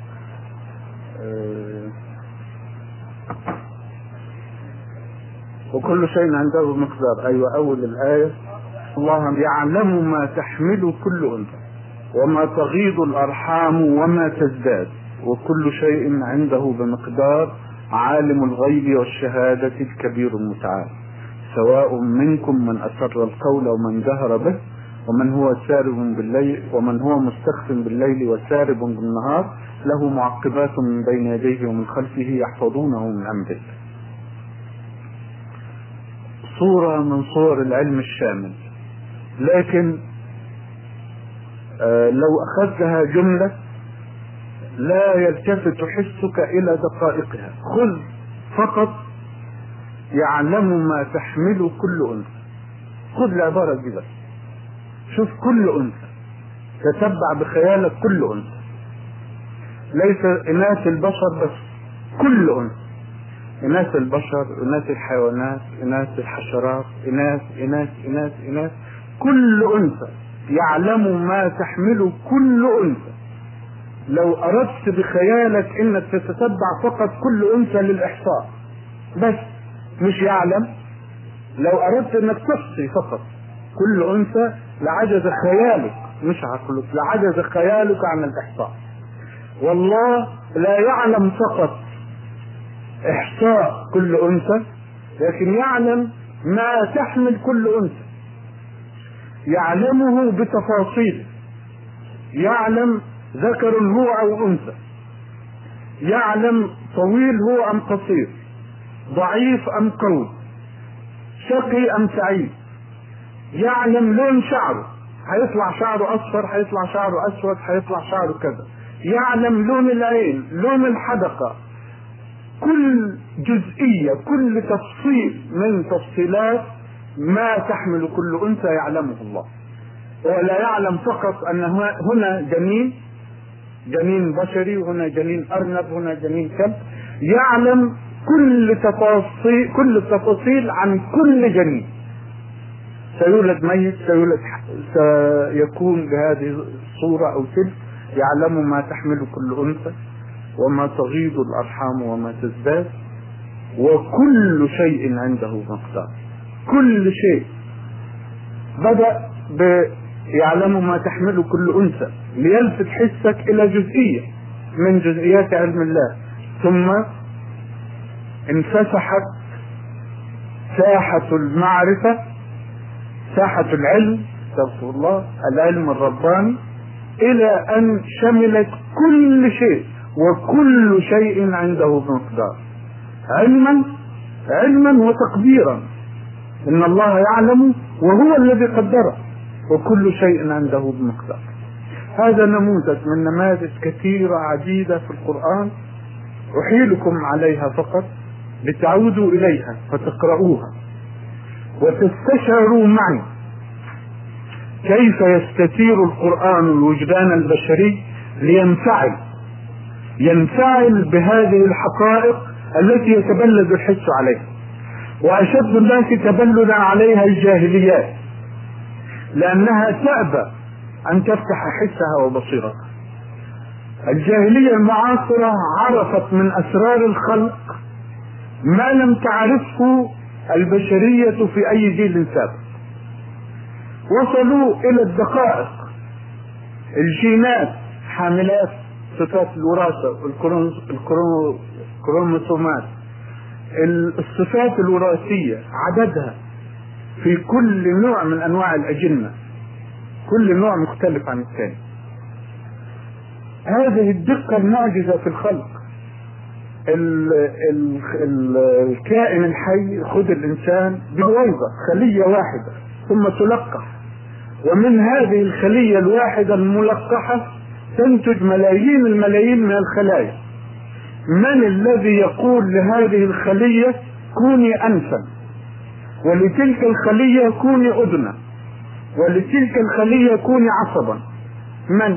وكل شيء عنده مقدار. أيوة أول الآية الله يعلم ما تحمل كل أنثى وما تغيض الأرحام وما تزداد وكل شيء عنده بمقدار عالم الغيب والشهادة الكبير المتعال سواء منكم من أسر القول ومن جهر به ومن هو سارب بالليل ومن هو مستخف بالليل وسارب بالنهار له معقبات من بين يديه ومن خلفه يحفظونه من أمر الله. صورة من صور العلم الشامل، لكن لو أخذتها جملة لا يلتفت حسك إلى دقائقها. خذ فقط يعلم ما تحمل كل أنثى، خذ العبارة دي بس، شوف كل أنثى، تتبع بخيالك كل أنثى، ليس إناث البشر بس، كل أنثى، إناث البشر، إناث الحيوانات، إناث الحشرات، إناث كل أنثى يعلم ما تحمل كل أنثى. لو أردت بخيالك إنك تتتبع فقط كل أنثى للإحصاء بس مش يعلم، لو أردت إنك تحصي فقط كل أنثى لعجز خيالك مش عقلك، لعجز خيالك عن الإحصاء. والله لا يعلم فقط إحصاء كل أنثى، لكن يعلم ما تحمل كل أنثى، يعلمه بتفاصيله، يعلم ذكر هو أو أنثى، يعلم طويل هو أم قصير، ضعيف أم قوي، شقي أم سعيد، يعلم لون شعره، هيطلع شعره أصفر، هيطلع شعره أسود، هيطلع شعره كذا، يعلم لون العين، لون الحدقة، كل جزئية، كل تفصيل من تفصيلات ما تحمل كل أنثى يعلمه الله. ولا يعلم فقط أن هنا جنين بشري، وهنا جنين أرنب، هنا جنين كلب، يعلم كل التفاصيل عن كل جنين، سيولد ميت، سيكون بهذه الصورة أو تلك، يعلم ما تحمل كل أنثى وما تغيض الأرحام وما تزداد وكل شيء عنده مقدار. كل شيء بدأ يعلم ما تحمل كل أنثى ليلفت حسك إلى جزئية من جزئيات علم الله، ثم انفتحت ساحة المعرفة، ساحة العلم، استغفر الله، العلم الرباني، إلى أن شملت كل شيء وكل شيء عنده بمقدار، علما وتقديرا. إن الله يعلم وهو الذي قدره وكل شيء عنده بمقدار. هذا نموذج من نماذج كثيرة عديدة في القرآن، أحيلكم عليها فقط لتعودوا إليها فتقرؤوها وتستشعروا معي كيف يستثير القرآن الوجدان البشري ينفعل بهذه الحقائق التي يتبلد الحس عليها. وأشد الناس تبلدا عليها الجاهليات، لأنها تأبى أن تفتح حسها وبصيرتها. الجاهلية المعاصرة عرفت من أسرار الخلق ما لم تعرفه البشرية في أي جيل سابق. وصلوا إلى الدقائق، الجينات حاملات صفات الوراثة، الكروموسومات، الصفات الوراثية، عددها في كل نوع من أنواع الأجنة، كل نوع مختلف عن الثاني. هذه الدقة المعجزة في الخلق. الكائن الحي، خذ الإنسان بويضة، خلية واحدة ثم تلقح، ومن هذه الخلية الواحدة الملقحة تنتج ملايين الملايين من الخلايا. من الذي يقول لهذه الخلية كوني أنفا، ولتلك الخلية كوني أذنا، ولتلك الخلية كوني عصبا؟ من؟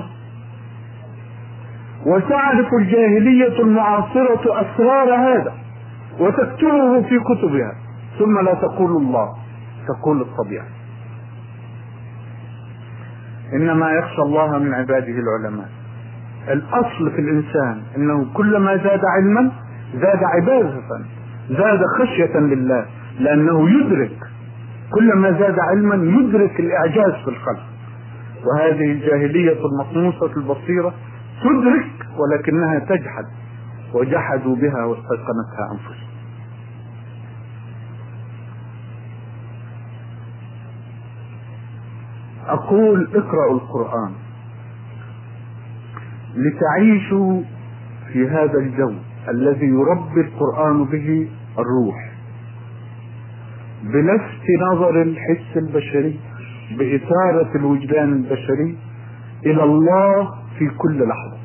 وتعرف الجاهلية المعاصرة أسرار هذا وتكتبه في كتبها، ثم لا تقول الله، تقول الطبيعة. إنما يخشى الله من عباده العلماء. الأصل في الإنسان أنه كلما زاد علما زاد عبادة، زاد خشية لله، لأنه يدرك كلما زاد علما يدرك الإعجاز في الخلق. وهذه الجاهلية المطموسة البصيرة تدرك ولكنها تجحد، وجحدوا بها واستيقنتها أنفسهم. أقول اقرأوا القرآن لتعيشوا في هذا الجو الذي يربي القرآن به الروح، بلفت نظر الحس البشري، بإثارة الوجدان البشري إلى الله في كل لحظة.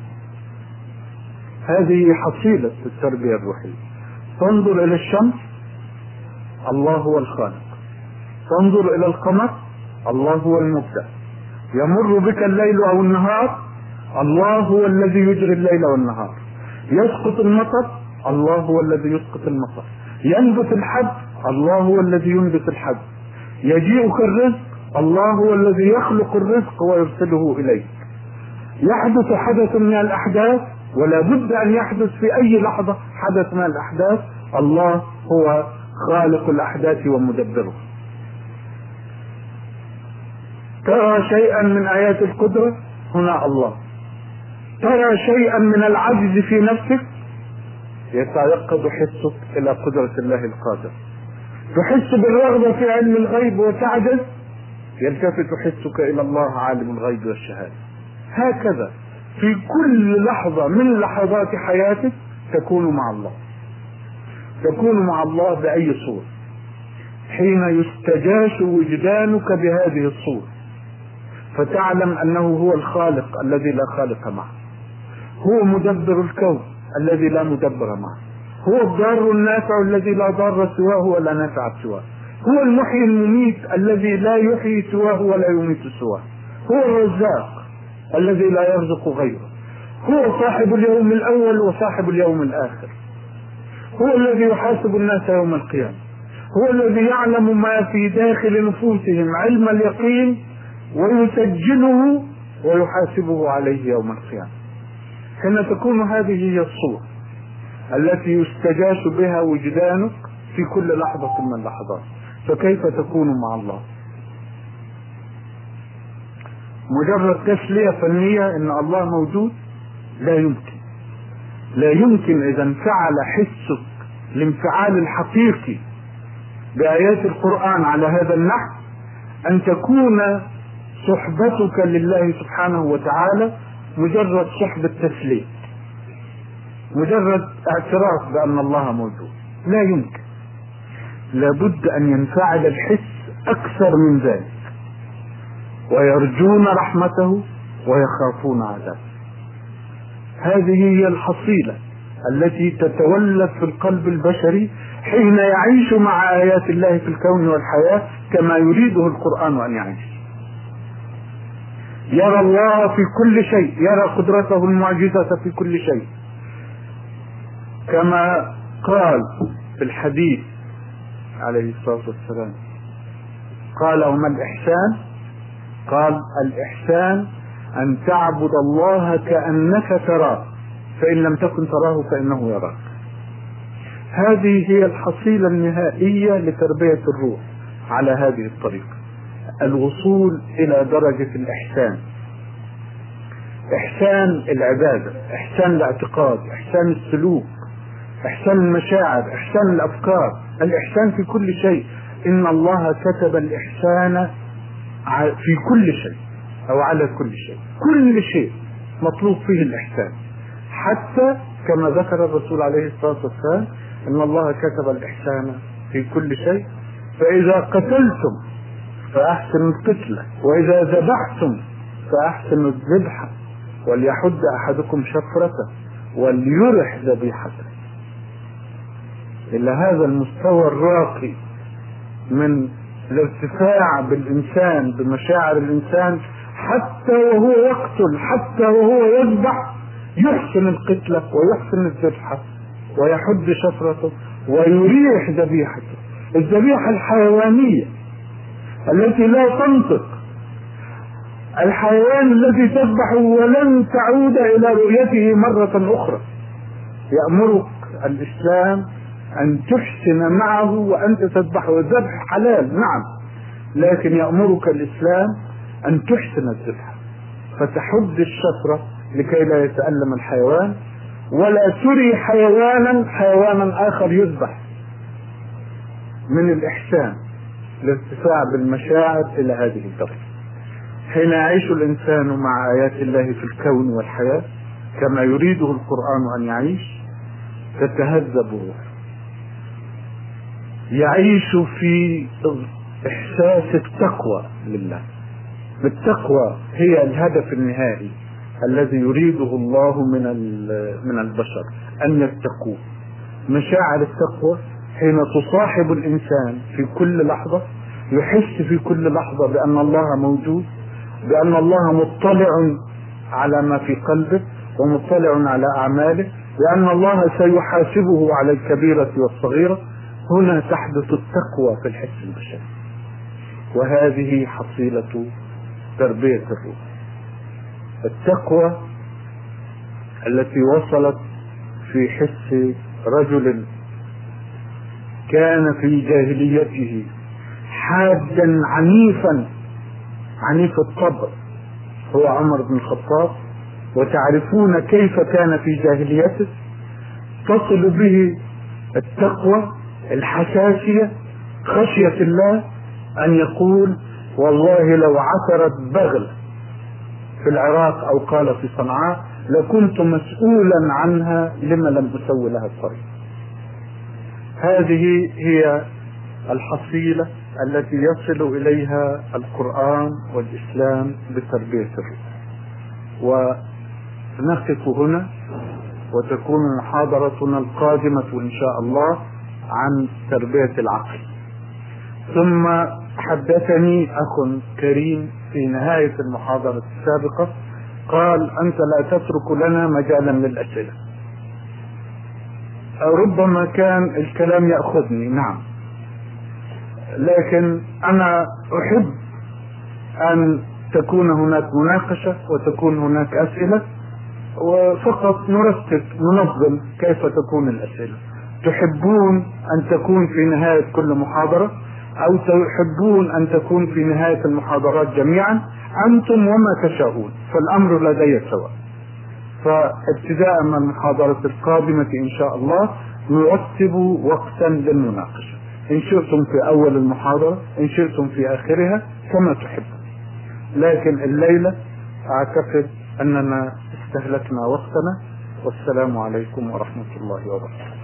هذه حصيلة التربية الروحية. تنظر إلى الشمس، الله هو الخالق. تنظر إلى القمر، الله هو المبدع. يمر بك الليل أو النهار، الله هو الذي يجري الليل والنهار. يسقط المطر، الله هو الذي يسقط المطر. ينبت الحب، الله هو الذي ينبت الحب. يجيئك الرزق، الله هو الذي يخلق الرزق ويرسله إليك. يحدث حدث من الأحداث، ولا بد أن يحدث في أي لحظة حدث من الأحداث، الله هو خالق الأحداث ومدبره. ترى شيئا من آيات القدرة، هنا الله. ترى شيئا من العجز في نفسك، يتيقظ حسك إلى قدرة الله القادر. تحس بالرغبة في علم الغيب وتعجز، يلتفت حسك إلى الله عالم الغيب والشهادة. هكذا في كل لحظة من لحظات حياتك تكون مع الله. تكون مع الله بأي صورة. حين يستجاش وجدانك بهذه الصورة فتعلم أنه هو الخالق الذي لا خالق معه، هو مدبر الكون الذي لا مدبر معه، هو الضار النافع الذي لا ضار سواه ولا نافع سواه، هو المحيي المميت الذي لا يحيي سواه ولا يميت سواه، هو الرزاق الذي لا يرزق غيره، هو صاحب اليوم الأول وصاحب اليوم الآخر، هو الذي يحاسب الناس يوم القيامة، هو الذي يعلم ما في داخل نفوسهم علم اليقين ويسجله ويحاسبه عليه يوم القيامة. حين تكون هذه هي الصورة التي يستجاش بها وجدانك في كل لحظة من اللحظات، فكيف تكون مع الله؟ مجرد تسلية فنية ان الله موجود؟ لا يمكن. لا يمكن. اذا انفعل حسك الانفعال الحقيقي بآيات القرآن على هذا النحو ان تكون صحبتك لله سبحانه وتعالى مجرد صحبة تسلية، مجرد اعتراف بأن الله موجود. لا يمكن. لابد أن ينفعل الحس أكثر من ذلك، ويرجون رحمته ويخافون عذابه. هذه هي الحصيلة التي تتولد في القلب البشري حين يعيش مع آيات الله في الكون والحياة كما يريده القرآن أن يعيش. يرى الله في كل شيء، يرى قدرته المعجزة في كل شيء، كما قال في الحديث عليه الصلاة والسلام. قال: وما الإحسان؟ قال: الإحسان أن تعبد الله كأنك تراه، فإن لم تكن تراه فإنه يراك. هذه هي الحصيلة النهائية لتربية الروح على هذه الطريقة، الوصول إلى درجة الإحسان. إحسان العبادة، إحسان الاعتقاد، إحسان السلوك، إحسان المشاعر، إحسان الأفكار، الإحسان في كل شيء. إن الله كتب الإحسان في كل شيء أو على كل شيء. كل شيء مطلوب فيه الإحسان، حتى كما ذكر الرسول عليه الصلاة والسلام إن الله كتب الإحسان في كل شيء. فإذا قتلتم فأحسنوا القتلة، وإذا ذبحتم فأحسنوا الذبحة، وليحد أحدكم شفرته وليرح ذبيحته. إلى هذا المستوى الراقي من الارتفاع بالإنسان بمشاعر الإنسان، حتى وهو يقتل، حتى وهو يذبح يحسن القتلة ويحسن الذبحة ويحد شفرته ويريح الحيوان الذي تذبحه ولن تعود إلى رؤيته مرة أخرى. يأمرك الإسلام أن تحسن معه وأنت تذبحه. الذبح حلال نعم، لكن يأمرك الإسلام أن تحسن الذبح، فتحد الشفرة لكي لا يتألم الحيوان، ولا تري حيوانا آخر يذبح. من الإحسان الارتفاع بالمشاعر إلى هذه الدرجة. حين يعيش الإنسان مع آيات الله في الكون والحياة كما يريده القرآن أن يعيش، تتهذب روحه، يعيش في إحساس التقوى لله. التقوى هي الهدف النهائي الذي يريده الله من البشر، أن يتقوه. مشاعر التقوى حين تصاحب الإنسان في كل لحظة، يحس في كل لحظة بأن الله موجود، بأن الله مطلع على ما في قلبه ومطلع على أعماله، بأن الله سيحاسبه على الكبيرة والصغيرة. هنا تحدث التقوى في الحس البشري، وهذه حصيلة تربية الروح. التقوى التي وصلت في حس رجل كان في جاهليته حادا عنيفا عنيف الطبع، هو عمر بن الخطاب، وتعرفون كيف كان في جاهليته. تصل به التقوى، الحساسية، خشية الله، أن يقول والله لو عثرت بغل في العراق أو قال في صنعاء لكنت مسؤولا عنها لما لم أسوي لها الطريق. هذه هي الحصيلة التي يصل إليها القرآن والإسلام بتربية الروح. ونقف هنا، وتكون محاضرتنا القادمة إن شاء الله عن تربية العقل. ثم حدثني أخ كريم في نهاية المحاضرة السابقة، قال أنت لا تترك لنا مجالا للأسئلة. ربما كان الكلام يأخذني، نعم، لكن أنا أحب أن تكون هناك مناقشة وتكون هناك أسئلة، وفقط نرتب ننظم كيف تكون الأسئلة. تحبون أن تكون في نهاية كل محاضرة، أو تحبون أن تكون في نهاية المحاضرات جميعا؟ أنتم وما تشاءون، فالأمر لدي سواء. فابتداء من المحاضرة القادمة إن شاء الله نرتب وقتا للمناقشة، إن شئتم في أول المحاضرة، إن شئتم في آخرها، كما تحبون. لكن الليلة أعتقد أننا استهلكنا وقتنا، والسلام عليكم ورحمة الله وبركاته.